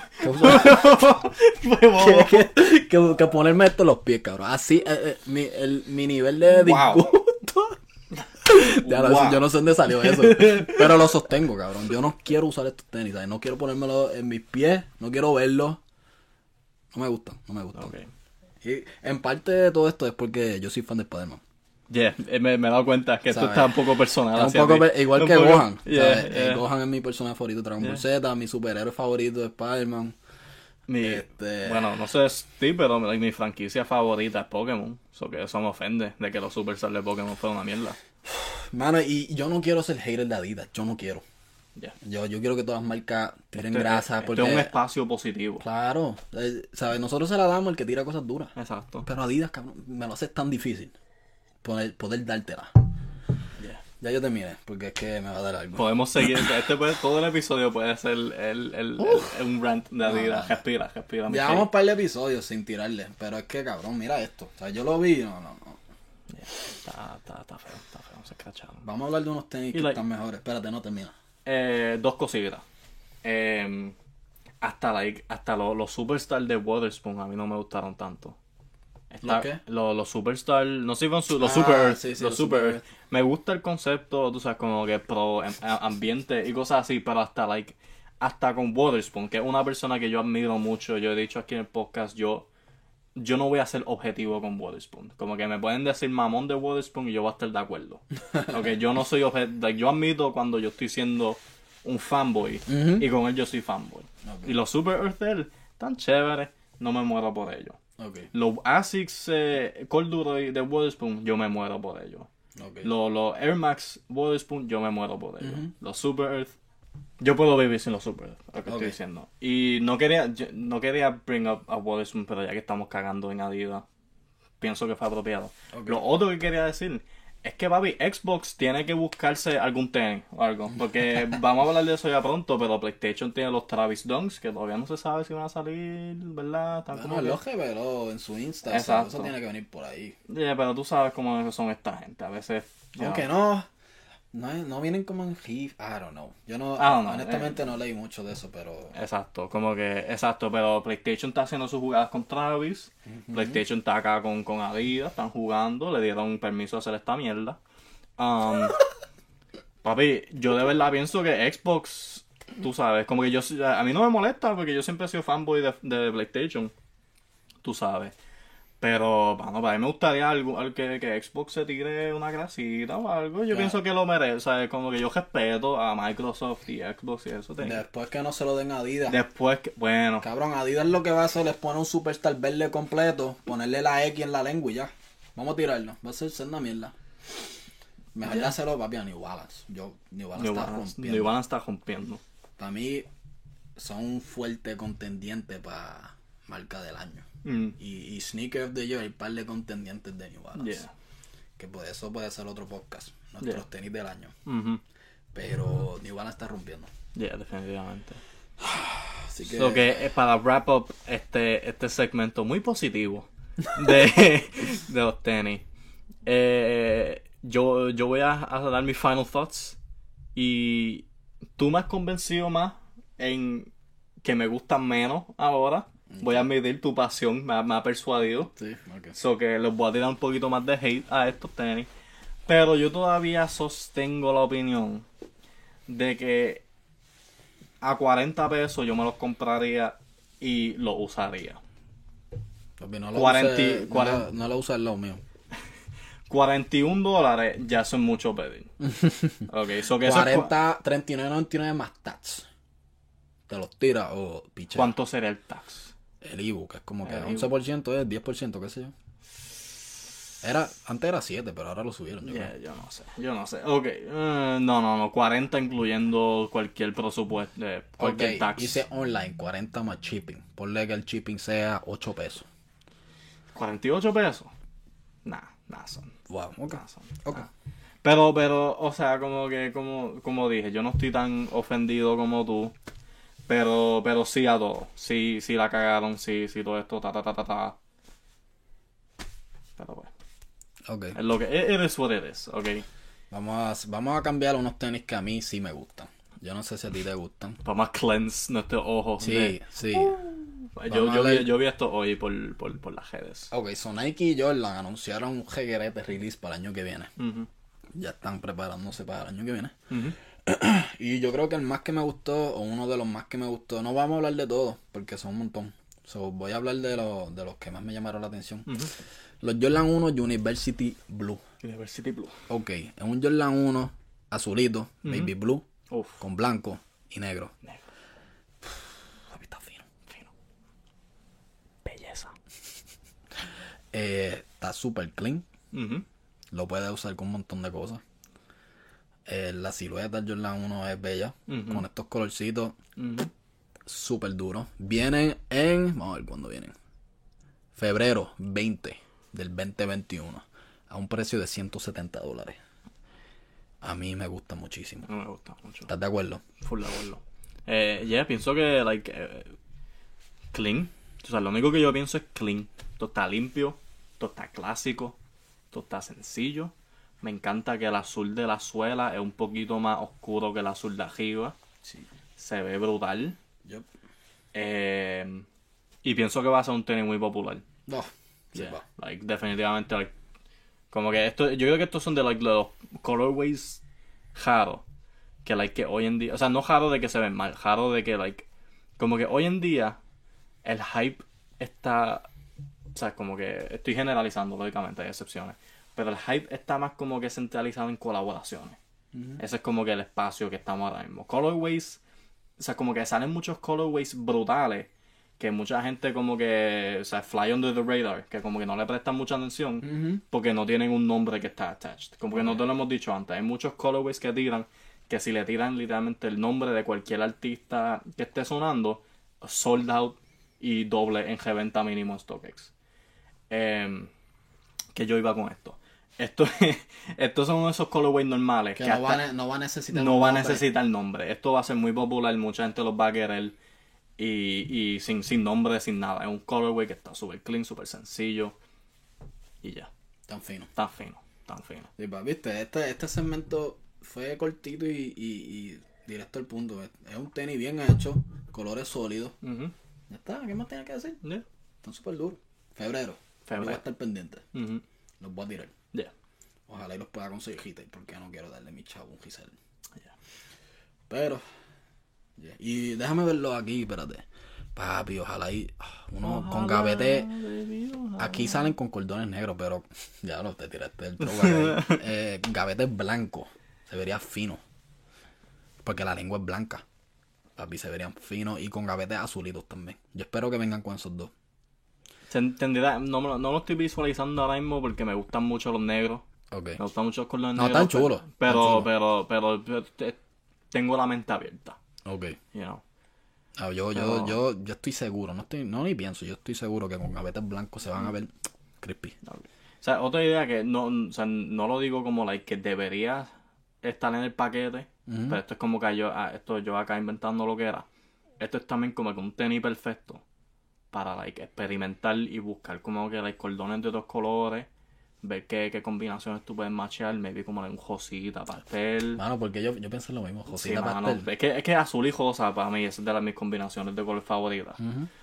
que ponerme esto en los pies, cabrón. Así, mi nivel de disgusto. Wow. Yo no sé dónde salió eso. Pero lo sostengo, cabrón. Yo no quiero usar estos tenis, ¿sabes? No quiero ponérmelo en mis pies. No quiero verlos. No me gustan. Okay. Y en parte de todo esto es porque yo soy fan de Spider-Man. Yeah, me he dado cuenta que esto está un poco personal. Igual que Gohan. Yeah. Gohan es mi personaje favorito de Dragon Ball Z, mi superhéroe favorito de Spider-Man. Bueno, no sé si, pero mi franquicia favorita es Pokémon. Que eso me ofende de que los Superstars de Pokémon fueron una mierda. Mano, y yo no quiero ser hater de Adidas. Yo no quiero. Yeah. Yo quiero que todas las marcas tiren grasa. Porque es un espacio positivo. Claro. ¿Sabes? Nosotros se la damos el que tira cosas duras. Exacto. Pero Adidas, cabrón, me lo hace tan difícil poder dártela. Yeah. Ya yo terminé, porque es que me va a dar algo. Podemos seguir. Todo el episodio puede ser un rant de Adidas. Respira. Llevamos un par de episodios sin tirarle. Pero es que, cabrón, mira esto. O sea, yo lo vi. No. Yeah. Está feo. Se escracharon. Vamos a hablar de unos tenis que están mejores. Espérate, no termina. Dos cositas. Hasta los Superstars de Waterspoon a mí no me gustaron tanto. Está, ¿Los qué? Los Superstar, no sé si son los Ah, Super Earth, sí, sí, los los Super Super Earth. Me gusta el concepto, tú sabes, como que pro ambiente y cosas así, pero hasta con Waterspoon, que es una persona que yo admiro mucho, yo he dicho aquí en el podcast, yo no voy a ser objetivo con Waterspoon. Como que me pueden decir mamón de Waterspoon y yo voy a estar de acuerdo. Okay, yo no soy objetivo, yo admito cuando yo estoy siendo un fanboy y con él yo soy fanboy. Ok. Y los Super Earth tan chéveres, no me muero por ellos. Okay. Los ASICS Corduroy de Waterspoon, yo me muero por ellos. Okay. Los Air Max Waterspoon, yo me muero por ellos. Los Super Earth, yo puedo vivir sin los Super Earth, lo que estoy diciendo. Y no quería bring up a Waterspoon, pero ya que estamos cagando en Adidas, pienso que fue apropiado. Okay. Lo otro que quería decir es que, papi, Xbox tiene que buscarse algún tenis o algo. Porque vamos a hablar de eso ya pronto, pero PlayStation tiene los Travis Dunks, que todavía no se sabe si van a salir, ¿verdad? Están Bueno, como él que- lo reveló en su Insta. Exacto. Eso tiene que venir por ahí. Yeah, pero tú sabes cómo son esta gente. A veces. ya- Aunque no vienen como en GIF. I don't know. Yo no, I don't know, honestamente no leí mucho de eso, pero... Exacto, pero PlayStation está haciendo sus jugadas con Travis. PlayStation está acá con Adidas, están jugando, le dieron permiso de hacer esta mierda. Papi, yo de verdad pienso que Xbox, tú sabes, como que a mí no me molesta porque yo siempre he sido fanboy de PlayStation, tú sabes. Pero, bueno, para mí me gustaría algo que Xbox se tire una grasita o algo. Yo Claro. pienso que lo merece, ¿sabes? Como que yo respeto a Microsoft y Xbox y eso. Después que no se lo den a Adidas. Después, bueno, Cabrón, Adidas lo que va a hacer es poner un Superstar verde completo, ponerle la X en la lengua y ya. Vamos a tirarlo. Va a ser una mierda. Mejor dárselo, papi, a New Balance. New Balance está rompiendo. New Balance está rompiendo. Para mí, son un fuerte contendiente para marca del año. Y Sneaker of the Year, hay un par de contendientes de New Balance. Yeah. Que por eso puede ser otro podcast. Nuestros tenis del año. Ujú. Pero New Balance está rompiendo. Yeah, definitivamente. Así que... So que para wrap up este segmento muy positivo de los tenis, yo voy a dar mis final thoughts y tú me has convencido más en que me gustan menos ahora. Voy a admitir tu pasión, me ha persuadido. Sí, ok. So que les voy a tirar un poquito más de hate a estos tenis. Pero yo todavía sostengo la opinión de que a 40 pesos yo me los compraría y los usaría. Papi, no lo 40, use, 40. no lo usa el lado mío. $41 ya son mucho pedir. Ok, so que eso es 40, 39.99 más tax. Te los tira o piche. ¿cuánto sería el tax? El ebook es como que El 11% es 10%, qué sé yo. Antes era 7, pero ahora lo subieron. Yo Yeah, creo. yo no sé. Ok, no, 40 incluyendo cualquier presupuesto, cualquier Ok, tax. hice online 40 más shipping. Ponle que el shipping sea 8 pesos. 48 pesos. Nah, son. Wow, ok. Nah, son. Ok. Nah. Pero, o sea, como dije, yo no estoy tan ofendido como tú. Pero sí a todo. Sí la cagaron, sí todo esto, ta. Pero pues, Ok. es lo que it is what it is, ok. Vamos a cambiar unos tenis que a mí sí me gustan. Yo no sé si a ti te gustan. Vamos a cleanse nuestros ojos. Sí, sí. Yo vi esto hoy por las redes. Ok, so Nike y Jordan anunciaron un reguerete release para el año que viene. Ujú, Ya están preparándose para el año que viene. ujú. Y yo creo que el más que me gustó, o uno de los más que me gustó, no vamos a hablar de todos, porque son un montón. So, voy a hablar de los que más me llamaron la atención. Los Jordan 1 University Blue. University Blue. Ok, es un Jordan 1 azulito, baby blue, Uf, con blanco y negro. negro, Papi, está fino. fino. Belleza. Está súper clean. Ujú. Lo puedes usar con un montón de cosas. La silueta del Jordan 1 es bella. Con estos colorcitos Ujú. súper duros. Vienen en... Vamos a ver cuándo vienen. Febrero 20 del 2021. A un precio de $170. A mí me gusta muchísimo. No me gusta mucho. ¿Estás de acuerdo? Full de acuerdo. Pienso que, clean. O sea, lo único que yo pienso es clean. Todo está limpio, todo está clásico, todo está sencillo. Me encanta que el azul de la suela es un poquito más oscuro que el azul de arriba. Sí. Se ve brutal. Yup. Y pienso que va a ser un tenis muy popular. No, Yeah. Sepa. Like, definitivamente, like, como que esto, yo creo que estos son de like los colorways raros. Que like que hoy en día, o sea, no raro de que se ven mal, raro de que like, como que hoy en día el hype está, o sea, como que estoy generalizando, lógicamente, hay excepciones. Pero el hype está más como que centralizado en colaboraciones. Ese es como que el espacio que estamos ahora mismo. Colorways, o sea, como que salen muchos colorways brutales que mucha gente como que, o sea, fly under the radar, que como que no le prestan mucha atención porque no tienen un nombre que está attached. Como que no te lo hemos dicho antes. Hay muchos colorways que tiran, que si le tiran literalmente el nombre de cualquier artista que esté sonando, sold out y doble en reventa mínimo en StockX. Que yo iba con esto. Estos son esos colorways normales Que que no hasta va a necesitar no un va a nombre. necesitar nombre. Esto va a ser muy popular, mucha gente los va a querer y sin nombre, sin nada. Es un colorway que está súper clean, súper sencillo y ya. Tan fino. Tan fino, tan fino. Sí, pa, viste, este segmento fue cortito y directo al punto. Es un tenis bien hecho, colores sólidos. Ujú. Ya está, ¿qué más tiene que decir? Yeah. Están súper duros. Febrero. Yo voy a estar pendiente. Ujú. Los voy a tirar. Yeah. Ojalá y los pueda conseguir retail, porque no quiero darle mi chavo un gisel. Yeah. Pero, yeah. Y déjame verlo aquí, espérate. Papi, ojalá y uno con gavete. Aquí salen con cordones negros, pero ya lo te tiraste el throwback ahí. Gavete blanco. Se vería fino. Porque la lengua es blanca. Papi, se verían finos y con gavetes azulitos también. Yo espero que vengan con esos dos. Se entenderá, no lo estoy visualizando ahora mismo porque me gustan mucho los negros. Ok. Me gustan mucho los colores No, negros. están chulos. Pero tengo la mente abierta. Ok. You know. Yo estoy seguro, no ni pienso, yo estoy seguro que con gavetes blancos se van a ver crispy. O sea, otra idea que no, o sea, no lo digo como like que debería estar en el paquete, pero esto es como que yo acá inventando lo que era. Esto es también como que un tenis perfecto para like experimentar y buscar como que like cordones de otros colores, ver qué combinaciones tú puedes matchear, maybe como un rosita, pastel. Mano, porque yo pienso lo mismo, Sí, Josita mano, pastel. es que azul y rosa para mí es de mis combinaciones de color favoritas.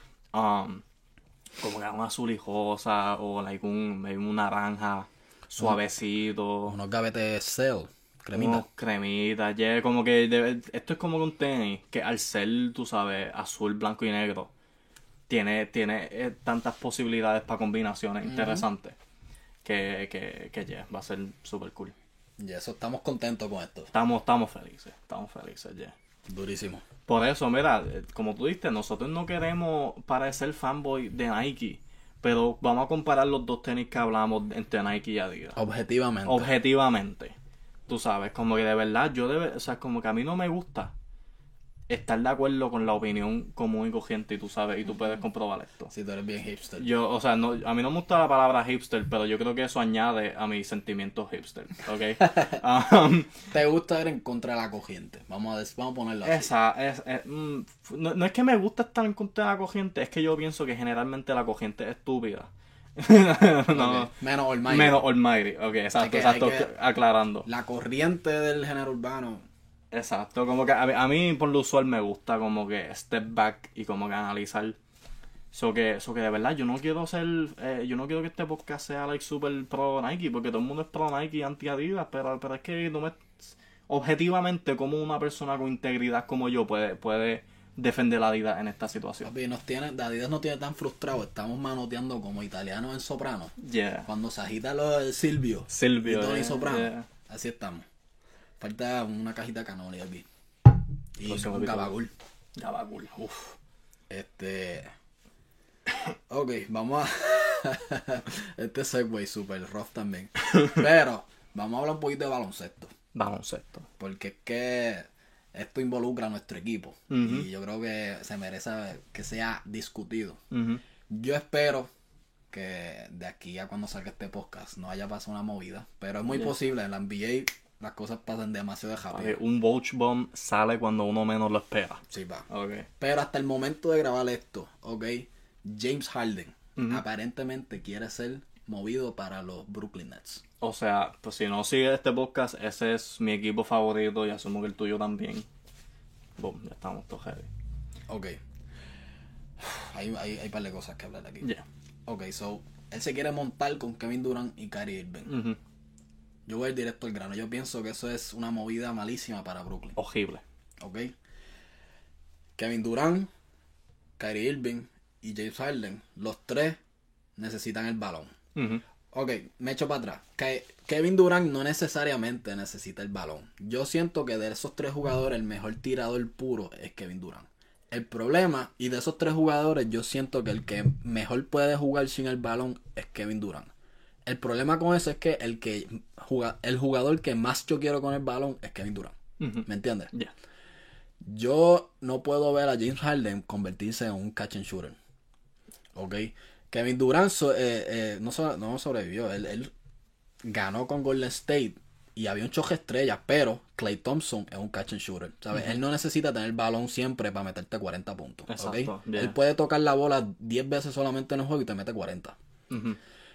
Como que un azul y rosa o like maybe un naranja suavecito. Unos gavetes cell, cremita. Unos cremitas, yeah, como que esto es como que un tenis que al ser, tú sabes, azul, blanco y negro, tiene tantas posibilidades para combinaciones interesantes que yeah, va a ser super cool. Y eso, estamos contentos con esto. Estamos felices, yeah. Durísimo. Por eso, mira, como tú dijiste, nosotros no queremos parecer fanboy de Nike, pero vamos a comparar los dos tenis que hablamos entre Nike y Adidas. Objetivamente. Tú sabes, como que de verdad, o sea, como que a mí no me gusta estar de acuerdo con la opinión común y corriente, y tú sabes, y tú puedes comprobar esto. Si tú eres bien hipster. O sea, no, a mí no me gusta la palabra hipster, pero yo creo que eso añade a mis sentimientos hipster, ¿ok? Te gusta ir en contra de la corriente. Vamos a ponerlo así. No es que me gusta estar en contra de la corriente, es que yo pienso que generalmente la corriente es estúpida. No, Okay. Menos Almighty. Menos Almighty, ok, exacto, aclarando. La corriente del género urbano. Exacto, como que a mí por lo usual me gusta como que step back y como que analizar. So que de verdad yo no quiero que este podcast sea like super pro Nike, porque todo el mundo es pro Nike y anti Adidas, pero es que objetivamente como una persona con integridad como yo puede defender la Adidas en esta situación. Papi, Adidas nos tiene tan frustrados, estamos manoteando como italianos en soprano. Yeah. Cuando se agita Silvio y Tony Soprano. Yeah. Así estamos. Falta una cajita canoli aquí. Y Próximo un episodio. gabagul. Gabagul, uff. Ok, vamos a... Este segway super rough también. Pero vamos a hablar un poquito de baloncesto. Baloncesto. Porque es que esto involucra a nuestro equipo. Y yo creo que se merece que sea discutido. Yo espero que de aquí a cuando salga este podcast no haya pasado una movida. Pero es muy posible. En la NBA las cosas pasan demasiado rápido. Un Boach Bomb sale cuando uno menos lo espera. Sí, va. Okay. Pero hasta el momento de grabar esto, ok, James Harden aparentemente quiere ser movido para los Brooklyn Nets. O sea, pues si no sigue este podcast, ese es mi equipo favorito y asumo que el tuyo también. Boom, ya estamos todos heavy. Ok. Hay un par de cosas que hablar aquí. Yeah. Ok, so, él se quiere montar con Kevin Durant y Kyrie Irving. Ujú. Yo voy directo al grano. Yo pienso que eso es una movida malísima para Brooklyn. Horrible. ¿Ok? Kevin Durant, Kyrie Irving y James Harden, los tres necesitan el balón. Ujú. Ok, me echo para atrás. Kevin Durant no necesariamente necesita el balón. Yo siento que de esos tres jugadores el mejor tirador puro es Kevin Durant. El problema, y de esos tres jugadores yo siento que el que mejor puede jugar sin el balón es Kevin Durant. El problema con eso es que el jugador que más yo quiero con el balón es Kevin Durant. Ujú. ¿Me entiendes? Ya. Yo no puedo ver a James Harden convertirse en un catch and shooter. ¿Ok? Kevin Durant no sobrevivió. Él ganó con Golden State y había un choque estrellas, pero Klay Thompson es un catch and shooter. ¿Sabes? Él no necesita tener el balón siempre para meterte 40 puntos. Exacto, ¿Ok? yeah. Él puede tocar la bola 10 veces solamente en el juego y te mete 40. Ujú.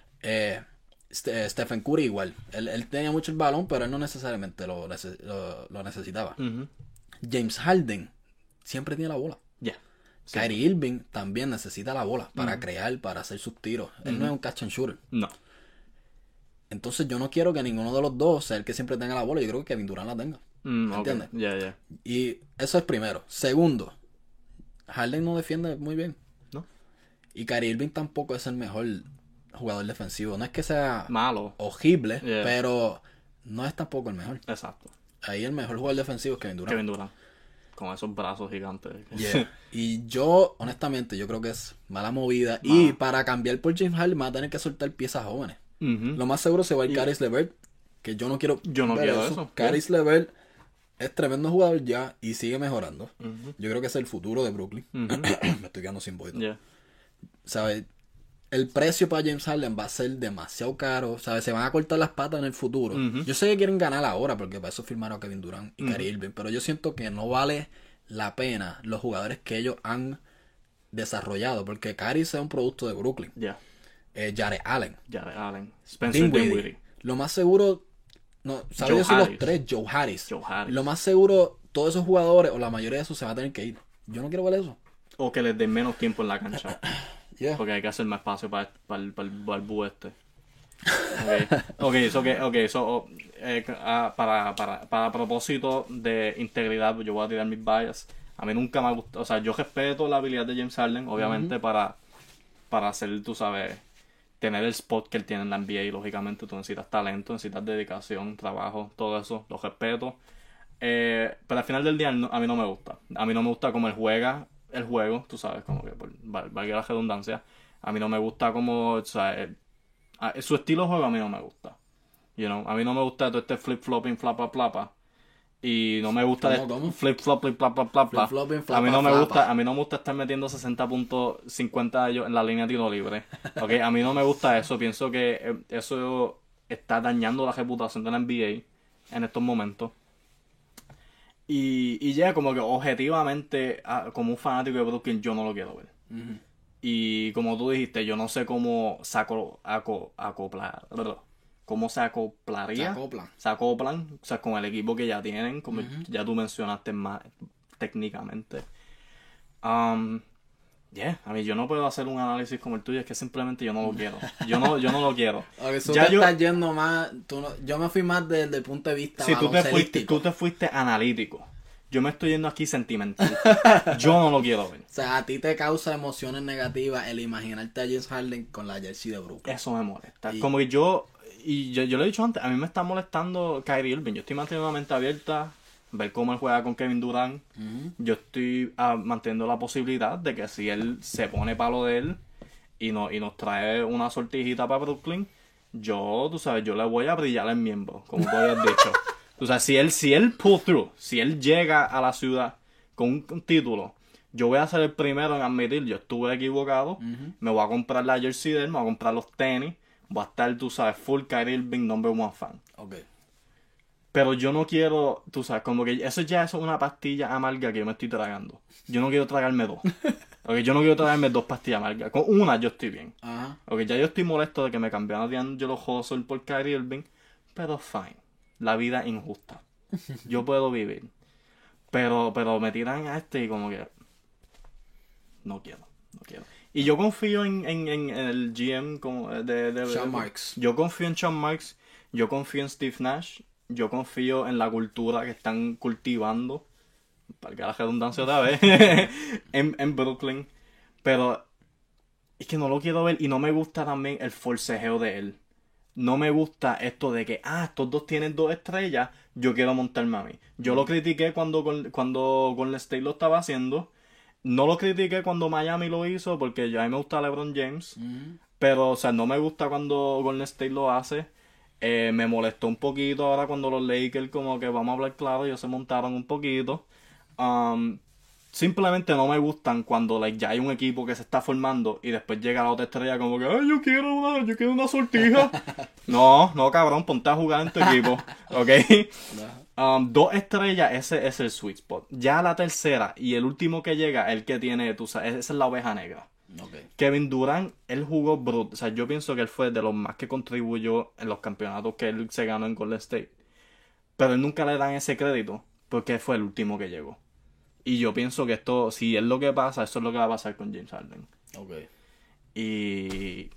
Stephen Curry igual. Él tenía mucho el balón, pero él no necesariamente lo necesitaba. Ujú. James Harden siempre tiene la bola. Ya. Sí. Kyrie Irving también necesita la bola para crear, para hacer sus tiros. Él no es un catch and shooter. No. Entonces yo no quiero que ninguno de los dos sea el que siempre tenga la bola. Yo creo que Kevin Durant la tenga. ¿Me Ok. entiendes? Ya, ya. Y eso es primero. Segundo, Harden no defiende muy bien. ¿No? Y Kyrie Irving tampoco es el mejor jugador defensivo. No es que sea Malo. horrible, Yeah. pero no es tampoco el mejor. Exacto. Ahí el mejor jugador defensivo es Kevin Durant. Kevin Durant. Con esos brazos gigantes. Yeah. Y yo, honestamente, yo creo que es mala movida. Y para cambiar por James Harden va a tener que soltar piezas jóvenes. Ujú. Lo más seguro se va a ir Caris LeVert, que yo no quiero ver quiero eso. Caris LeVert es tremendo jugador ya y sigue mejorando. Ujú. Yo creo que es el futuro de Brooklyn. Ujú. Me estoy quedando sin voz. Ya. ¿Sabes? El precio para James Harden va a ser demasiado caro. ¿Sabes? Se van a cortar las patas en el futuro. Ujú. Yo sé que quieren ganar ahora porque para eso firmaron a Kevin Durant y Kyrie Irving. Pero yo siento que no vale la pena los jugadores que ellos han desarrollado. Porque Kyrie es un producto de Brooklyn. Ya. Jared Allen. Jared Allen. Spencer Dinwiddie. Dinwiddie. Lo más seguro, no, ¿sabes Joe decir los Harris. tres? Joe Harris. Joe Harris. Lo más seguro, todos esos jugadores, o la mayoría de esos, se van a tener que ir. Yo no quiero ver eso. O que les den menos tiempo en la cancha. Yeah. Porque hay que hacer más espacio para el balbú este. Para propósito de integridad, yo voy a tirar mis bias. A mí nunca me ha gustado, o sea, yo respeto la habilidad de James Harden, obviamente, para hacer, tú sabes, tener el spot que él tiene en la NBA, y lógicamente tú necesitas talento, necesitas dedicación, trabajo, todo eso, lo respeto. Pero al final del día a mí no me gusta. A mí no me gusta cómo él juega el juego, tú sabes, como que valga la redundancia. A mí no me gusta cómo, o sea, su estilo de juego a mí no me gusta. You know, a mí no me gusta todo este flip-flopping, flapa. Y no me gusta ¿Cómo? flip-flopping, flapa. Flip-flopping, A mí no me flapa. gusta estar metiendo 60 puntos, 50 de ellos en la línea de tiro libre. Okay, a mí no me gusta eso. Pienso que eso está dañando la reputación de la NBA en estos momentos. Y ya, como que objetivamente, como un fanático de Brooklyn, yo no lo quiero ver. Ujú. Y como tú dijiste, yo no sé cómo cómo se acoplaría. Se acoplan, o sea, con el equipo que ya tienen, como ya tú mencionaste más técnicamente. A mí yo no puedo hacer un análisis como el tuyo, es que simplemente yo no lo quiero. Yo no lo quiero. Okay, so Ya te estás yendo más, yo me fui más desde el punto de vista Si tú baloncelístico. te fuiste analítico, yo me estoy yendo aquí sentimental. Yo no lo quiero ver. O sea, a ti te causa emociones negativas el imaginarte a James Harden con la jersey de Brooklyn. Eso me molesta. Y- Como que yo lo he dicho antes, a mí me está molestando Kyrie Irving. Yo estoy manteniendo una mente abierta, ver cómo él juega con Kevin Durant. Ujú. Yo estoy manteniendo la posibilidad de que si él se pone palo de él y nos trae una sortijita para Brooklyn, tú sabes, yo le voy a brillar el miembro, como tú habías dicho. O sea, si él pull through, si él llega a la ciudad con un título, yo voy a ser el primero en admitir, yo estuve equivocado, me voy a comprar la jersey de él, me voy a comprar los tenis, voy a estar, tú sabes, full Kyrie Irving #1 fan. Ok. Pero yo no quiero, tú sabes, como que eso es una pastilla amarga que yo me estoy tragando. Yo no quiero tragarme dos. Okay, yo no quiero tragarme dos pastillas amargas. Con una yo estoy bien. Ajá. Okay, ya yo estoy molesto de que me cambiaron a D'Angelo Russell por Kyrie Irving. Pero fine. La vida es injusta. Yo puedo vivir. Pero me tiran a y como que... No quiero. Y yo confío en el GM Sean Marks. Yo confío en Sean Marks, yo confío en Steve Nash, yo confío en la cultura que están cultivando, para la redundancia otra vez, en Brooklyn. Pero es que no lo quiero ver y no me gusta también el forcejeo de él. No me gusta esto de que, estos dos tienen 2 estrellas, yo quiero montarme a mí. Yo lo critiqué cuando Golden State lo estaba haciendo. No lo critiqué cuando Miami lo hizo, porque ya a mí me gusta LeBron James. Pero, o sea, no me gusta cuando Golden State lo hace. Me molestó un poquito ahora cuando los Lakers, como que vamos a hablar claro, ellos se montaron un poquito. Simplemente no me gustan cuando ya hay un equipo que se está formando y después llega la otra estrella como que, yo quiero una sortija. No, cabrón, ponte a jugar en tu equipo, ¿ok? 2 estrellas, ese es el sweet spot. Ya la tercera y el último que llega, el que tiene, tú sabes, esa es la oveja negra. Okay. Kevin Durant, él jugó brutal. O sea, yo pienso que él fue de los más que contribuyó en los campeonatos que él se ganó en Golden State. Pero él nunca le dan ese crédito porque fue el último que llegó. Y yo pienso que esto, si es lo que pasa, eso es lo que va a pasar con James Harden. Ok. Y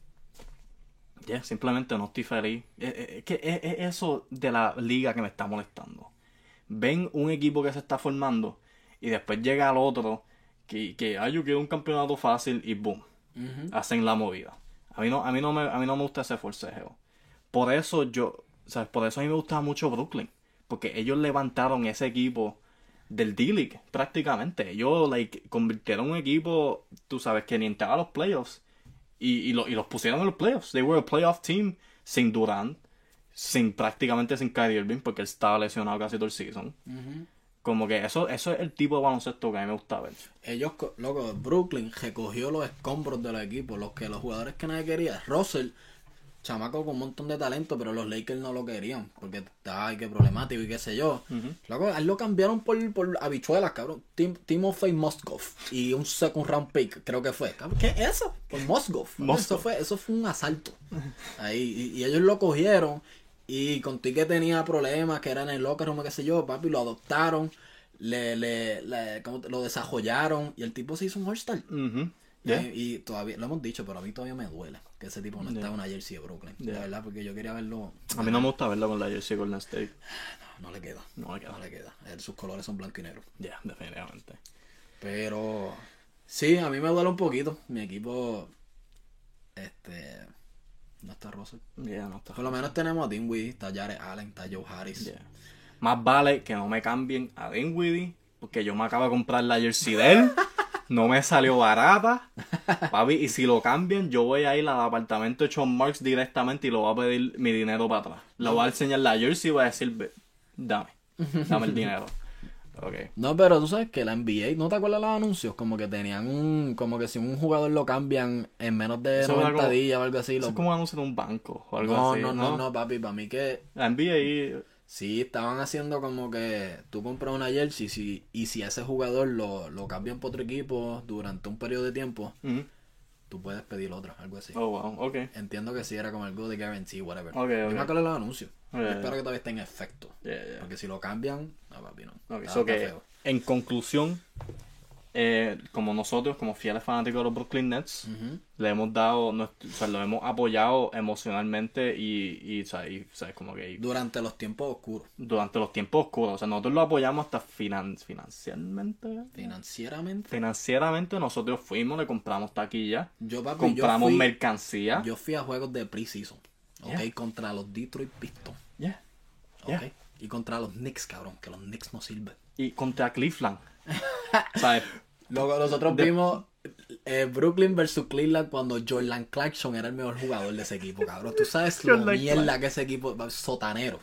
simplemente no estoy feliz. Es que es eso de la liga que me está molestando. Ven un equipo que se está formando y después llega al otro que yo quiero un campeonato fácil y boom, hacen la movida. A mí no me gusta ese forcejeo. Por eso por eso a mí me gustaba mucho Brooklyn, porque ellos levantaron ese equipo del D-League, prácticamente. Ellos convirtieron un equipo, tú sabes, que ni entraba a los playoffs. Y los pusieron en los playoffs. They were a playoff team sin Durant, prácticamente sin Kyrie Irving, porque él estaba lesionado casi todo el season. Como que eso es el tipo de baloncesto que a mí me gusta ver. Ellos, loco, Brooklyn recogió los escombros del equipo, los jugadores que nadie quería. Russell, chamaco con un montón de talento, pero los Lakers no lo querían, porque qué problemático y qué sé yo. Loco, a él lo cambiaron por habichuelas, cabrón. Timofey Mozgov y un second round pick, creo que fue. Cabrón, ¿qué es eso? Por Mozgov. Eso fue un asalto. Ahí, y ellos lo cogieron. Y conté que tenía problemas, que era en el locker room, qué sé yo, papi, lo adoptaron, lo desarrollaron, y el tipo se hizo un All-Star. Y todavía, lo hemos dicho, pero a mí todavía me duele que ese tipo no está en una jersey de Brooklyn. De verdad, porque yo quería verlo. A mí no me gusta verlo con la jersey Golden State. No le queda. Sus colores son blanco y negro. Definitivamente. Pero sí, a mí me duele un poquito. Mi equipo, no está Russell. No está. Por lo menos tenemos a Dinwiddie, está Jared Allen, está Joe Harris. Más vale que no me cambien a Dinwiddie, porque yo me acabo de comprar la jersey de él. No me salió barata, papi, y si lo cambian, yo voy a ir al apartamento de Sean Marks directamente y lo voy a pedir mi dinero para atrás. Le voy a enseñar la jersey y voy a decir, dame el dinero. Okay. No, pero tú sabes que la NBA, ¿no te acuerdas los anuncios? Como que tenían como que si un jugador lo cambian en menos de 90 días o algo así. Eso es como un anuncio de un banco o algo así. No, papi, para mí que... La NBA... Sí, estaban haciendo como que tú compras una jersey y si a ese jugador lo cambian por otro equipo durante un periodo de tiempo, tú puedes pedir otra, algo así. Oh, wow, ok. Entiendo que sí, era como el Good Guarantee, whatever. Okay. Yo me acuerdo de los anuncios. Okay. Espero que todavía esté en efecto. Porque si lo cambian, no, papi, no. Okay. So que, en conclusión, como nosotros, como fieles fanáticos de los Brooklyn Nets, le hemos dado, lo hemos apoyado emocionalmente y ¿sabes? Como que... Durante los tiempos oscuros. O sea, nosotros lo apoyamos hasta financieramente. Financieramente nosotros fuimos, le compramos taquilla, compramos mercancía. Yo fui a juegos de pre-season, contra los Detroit Pistons. Okay. Y contra los Knicks, cabrón, que los Knicks no sirven. Y contra Cleveland. ¿Sabes? Luego nosotros vimos Brooklyn versus Cleveland cuando Jordan Clarkson era el mejor jugador de ese equipo, cabrón. Tú sabes lo mierda que ese equipo... Sotanero.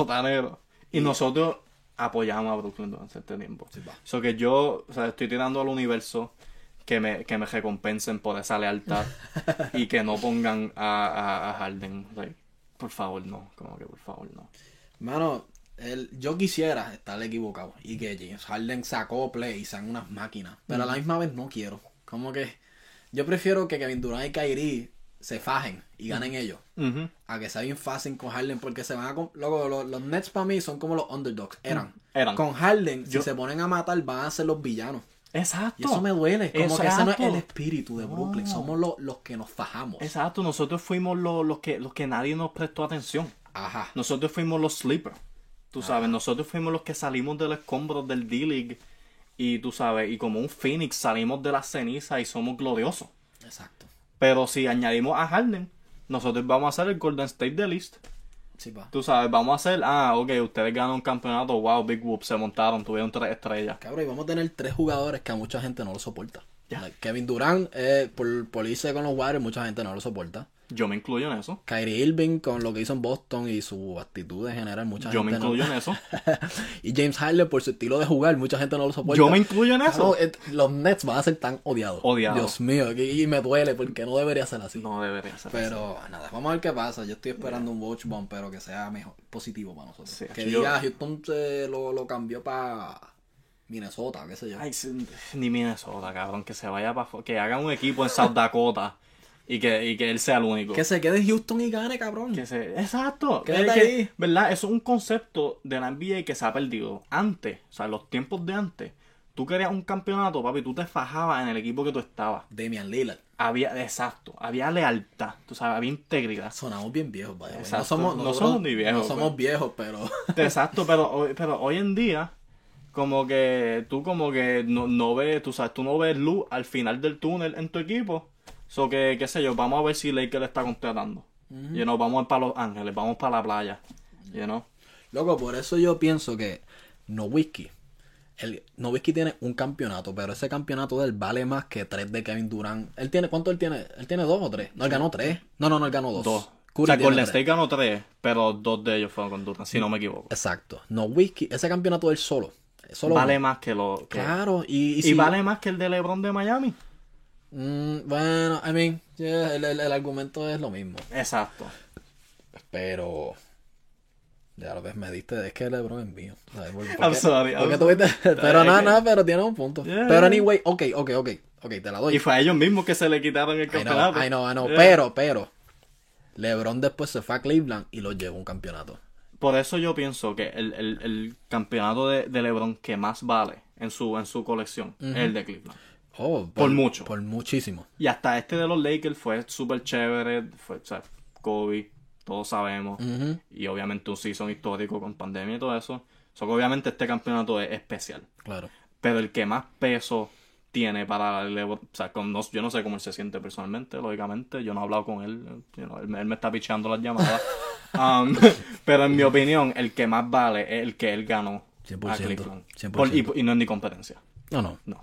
Y nosotros apoyamos a Brooklyn durante este tiempo. Sí, so que yo, estoy tirando al universo que me recompensen por esa lealtad y que no pongan a Harden. Por favor, no. Como que por favor, no. Mano... yo quisiera estar equivocado y que James Harden se acople y sean unas máquinas, pero a la misma vez no quiero. Como que yo prefiero que Kevin Durant y Kyrie se fajen y ganen ellos a que sea bien fácil con Harden, porque se van a... Luego, los Nets para mí son como los underdogs. Eran. Con Harden, si se ponen a matar, van a ser los villanos. Exacto. Y eso me duele. Como que ese no es Exacto. el espíritu de Brooklyn. No. Somos los que nos fajamos. Exacto, nosotros fuimos los que nadie nos prestó atención. Ajá. Nosotros fuimos los sleepers. Tú sabes, nosotros fuimos los que salimos de los escombros del D-League. Y tú sabes, y como un Phoenix salimos de las cenizas y somos gloriosos. Exacto. Pero si añadimos a Harden, nosotros vamos a hacer el Golden State del East. Sí, pa. Tú sabes, vamos a hacer, ok, ustedes ganan un campeonato, wow, Big Whoop, se montaron, tuvieron 3 estrellas. Cabrón, y vamos a tener 3 jugadores que a mucha gente no lo soporta. Ya. Like, Kevin Durant, por irse con los Warriors, mucha gente no lo soporta. Yo me incluyo en eso. Kyrie Irving, con lo que hizo en Boston y su actitud en general, mucha Yo me gente incluyo no. en eso. Y James Harden, por su estilo de jugar, mucha gente no lo soporta. Yo me incluyo en eso. Cabrón, los Nets van a ser tan odiados. Odiados. Dios mío, y me duele porque no debería ser así. No debería ser así. Pero nada, vamos a ver qué pasa. Yo estoy esperando un watch bomb, pero que sea mejor, positivo para nosotros. Sí, que yo- diga Houston lo cambió para Minnesota, qué sé yo. Ay, ni Minnesota, cabrón, que se vaya para... Que haga un equipo en South Dakota y que él sea el único. Que se quede en Houston y gane, cabrón. Exacto. Quédate Es que, ahí. ¿verdad? Eso es un concepto de la NBA que se ha perdido. Antes, o sea, los tiempos de antes, tú querías un campeonato, papi, tú te fajabas en el equipo que tú estabas. Damian Lillard. Había lealtad, tú sabes, había integridad. Sonamos bien viejos, vaya. Exacto. No No somos ni viejos, No somos viejos, pero... Exacto, pero hoy en día, como que tú como que no ves, tú sabes, tú no ves luz al final del túnel en tu equipo. So que, qué sé yo, vamos a ver si Lakers está contratando. You know, vamos para Los Ángeles, vamos para la playa. You know? Loco, por eso yo pienso que Nowitzki tiene un campeonato, pero ese campeonato de él vale más que 3 de Kevin Durant. ¿Cuánto él tiene? ¿Él tiene 2 o 3? No, él ganó 3. No, él ganó 2. Dos. Curry O sea, tiene Golden 3. State ganó 3, pero 2 de ellos fueron con Durant, si no me equivoco. Exacto. Nowitzki, ese campeonato de él solo. Vale más que lo que... Claro, Y si- vale más que el de LeBron de Miami. Bueno, I mean, yeah, el argumento es lo mismo. Exacto. Pero... Ya lo ves, me diste, es que LeBron es mío. ¿Sabes? I'm sorry, porque I'm tuviste- pero sorry. nada, pero tiene un punto. Yeah. Pero anyway, ok, te la doy. Y fue a ellos mismos que se le quitaron el I know, campeonato. I know. Yeah. Pero, LeBron después se fue a Cleveland y lo llevó a un campeonato. Por eso yo pienso que el campeonato de LeBron que más vale en su colección es el de Cleveland. Oh, Por mucho. Por muchísimo. Y hasta este de los Lakers fue súper chévere. Fue, o sea, Kobe, todos sabemos. Ujú. Y obviamente un season histórico con pandemia y todo eso. So que obviamente este campeonato es especial. Claro. Pero el que más peso tiene para LeBron, o sea, yo no sé cómo él se siente personalmente, lógicamente. Yo no he hablado con él. Él me está picheando las llamadas. Pero en mi opinión, el que más vale es el que él ganó 100%, a Cleveland. 100%. Y no es ni competencia. No. No.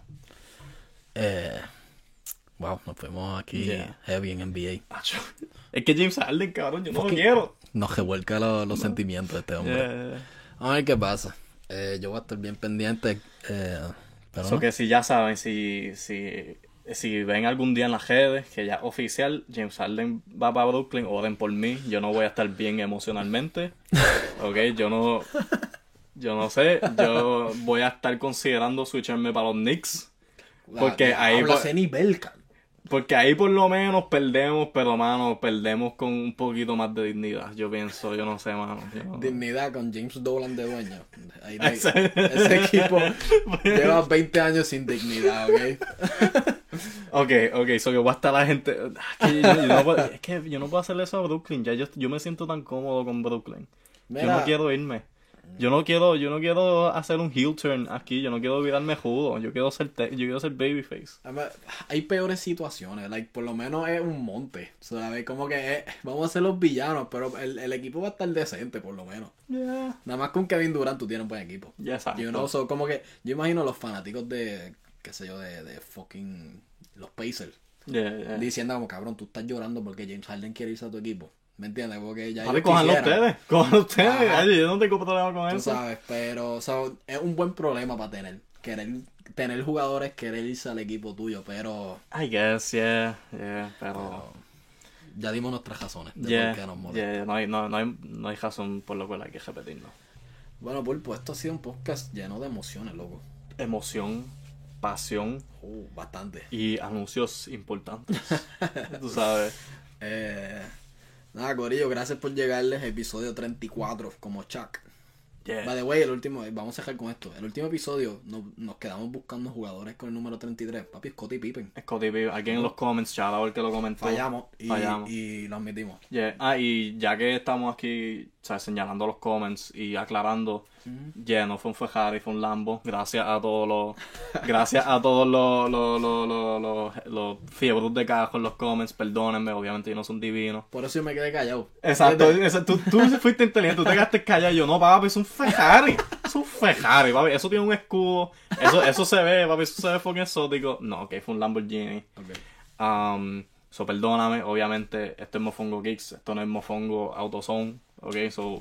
Wow, nos fuimos aquí Yeah. heavy en NBA. Acho. Es que James Harden, cabrón, yo no lo Fucking- quiero. Nos revuelca los sentimientos de este hombre. Yeah. Vamos a ver qué pasa. Yo voy a estar bien pendiente. Pero So no. que si ya saben, si ven algún día en las redes que ya es oficial, James Harden va para Brooklyn, oren por mí. Yo no voy a estar bien emocionalmente. Ok, yo no sé. Yo voy a estar considerando switcharme para los Knicks. Porque ahí, Habla ese nivel, cara. porque ahí por lo menos perdemos, pero mano, perdemos con un poquito más de dignidad. Yo pienso, yo no sé, mano. Dignidad con James Dolan de dueño. Ahí no hay- Ese- ese equipo lleva 20 años sin dignidad, ¿ok? Ok, so que voy a estar la gente. Es que yo no puedo hacerle eso a Brooklyn. Ya yo me siento tan cómodo con Brooklyn. Yo Mira. no quiero irme. Yo no quiero hacer un heel turn aquí. Yo no quiero virarme judo. Yo quiero ser babyface. Además, hay peores situaciones, like, por lo menos es un monte, ¿sabes? Como que vamos a ser los villanos, pero el equipo va a estar decente, por lo menos. Yeah. Nada más con Kevin Durant tú tienes un buen equipo. Ya exacto. You know, so, como que yo imagino los fanáticos de, qué sé yo, de fucking los Pacers, Yeah. diciendo como, cabrón, tú estás llorando porque James Harden quiere irse a tu equipo. ¿Me entiendes? Porque ya Papi, ellos cójanlo quisieran, ustedes. Ajá. Ay, yo no tengo problema con tú eso. sabes, pero so, es un buen problema para querer tener jugadores, querer irse al equipo tuyo, pero... I guess, yeah, pero... Ya dimos nuestras razones de Yeah, por qué nos molesta. yeah, no hay razón por lo cual hay que repetirlo. Bueno, Pulpo, esto ha sido un podcast lleno de emociones, loco. Emoción, pasión Bastante. y anuncios importantes. Tú sabes. Nada, Corillo, gracias por llegarles. Episodio 34, como Chuck. Yeah. By the way, el último, vamos a dejar con esto. El último episodio nos quedamos buscando jugadores con el número 33. Papi, Scottie Pippen. Scottie Pippen, aquí en los comments, chaval, que lo comentó. Fallamos y lo admitimos. Yeah. Y ya que estamos aquí, ¿sabes? Señalando los comments y aclarando, no fue un Ferrari, fue un Lambo. Gracias a todos los fiebros de cajo en los comments, perdónenme, obviamente ellos no son divinos. Por eso yo me quedé callado. Exacto, tú fuiste inteligente, tú te quedaste callado y yo, no, papi, es un Ferrari, papi, eso tiene un escudo, eso se ve, papi, eso se ve fucking exótico. No, ok, fue un Lamborghini. Okay. So perdóname, obviamente, esto es Mofongo Geeks, esto no es Mofongo AutoZone, ok,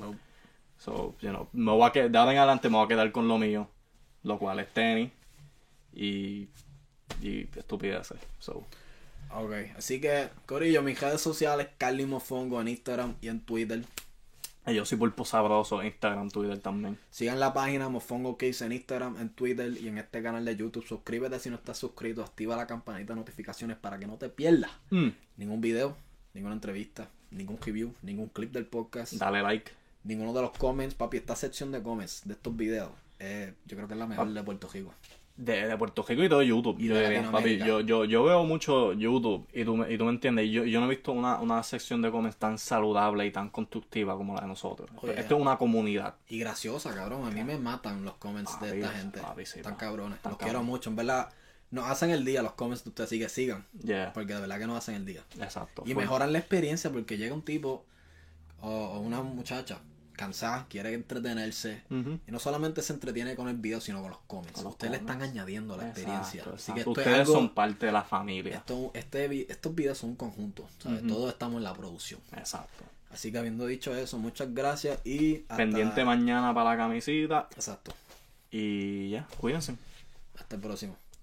me voy a de ahora en adelante me voy a quedar con lo mío, lo cual es tenis y estupideces, Ok, así que, corillo, mis redes sociales, Carly Mofongo en Instagram y en Twitter. Yo soy Pulpo Sabroso en Instagram, Twitter también. Sigan la página Mofongo Case en Instagram, en Twitter y en este canal de YouTube. Suscríbete si no estás suscrito, activa la campanita de notificaciones para que no te pierdas ningún video, ninguna entrevista, ningún review, ningún clip del podcast. Dale like. Ninguno de los comments, papi. Esta sección de comments de estos videos, yo creo que es la mejor de Puerto Rico. De Puerto Rico y todo YouTube. Y de papi, yo veo mucho YouTube y tú me entiendes. Yo no he visto una sección de comments tan saludable y tan constructiva como la de nosotros. Oye, esto es una comunidad. Y graciosa, cabrón. A mí me matan los comments de esta gente. Sí, están cabrones. Están Los quiero mucho. En verdad, nos hacen el día los comments de ustedes. Así que sigan. Yeah. Porque de verdad que nos hacen el día. Exacto. Y mejoran la experiencia porque llega un tipo o una muchacha cansada, quiere entretenerse. Y no solamente se entretiene con el video, sino con los comments. Ustedes le están añadiendo a la experiencia. Así que ustedes son parte de la familia. Estos videos son un conjunto. ¿Sabes? Todos estamos en la producción. Exacto. Así que habiendo dicho eso, muchas gracias y hasta... Pendiente mañana para la camisita. Exacto. Y ya, cuídense. Hasta el próximo.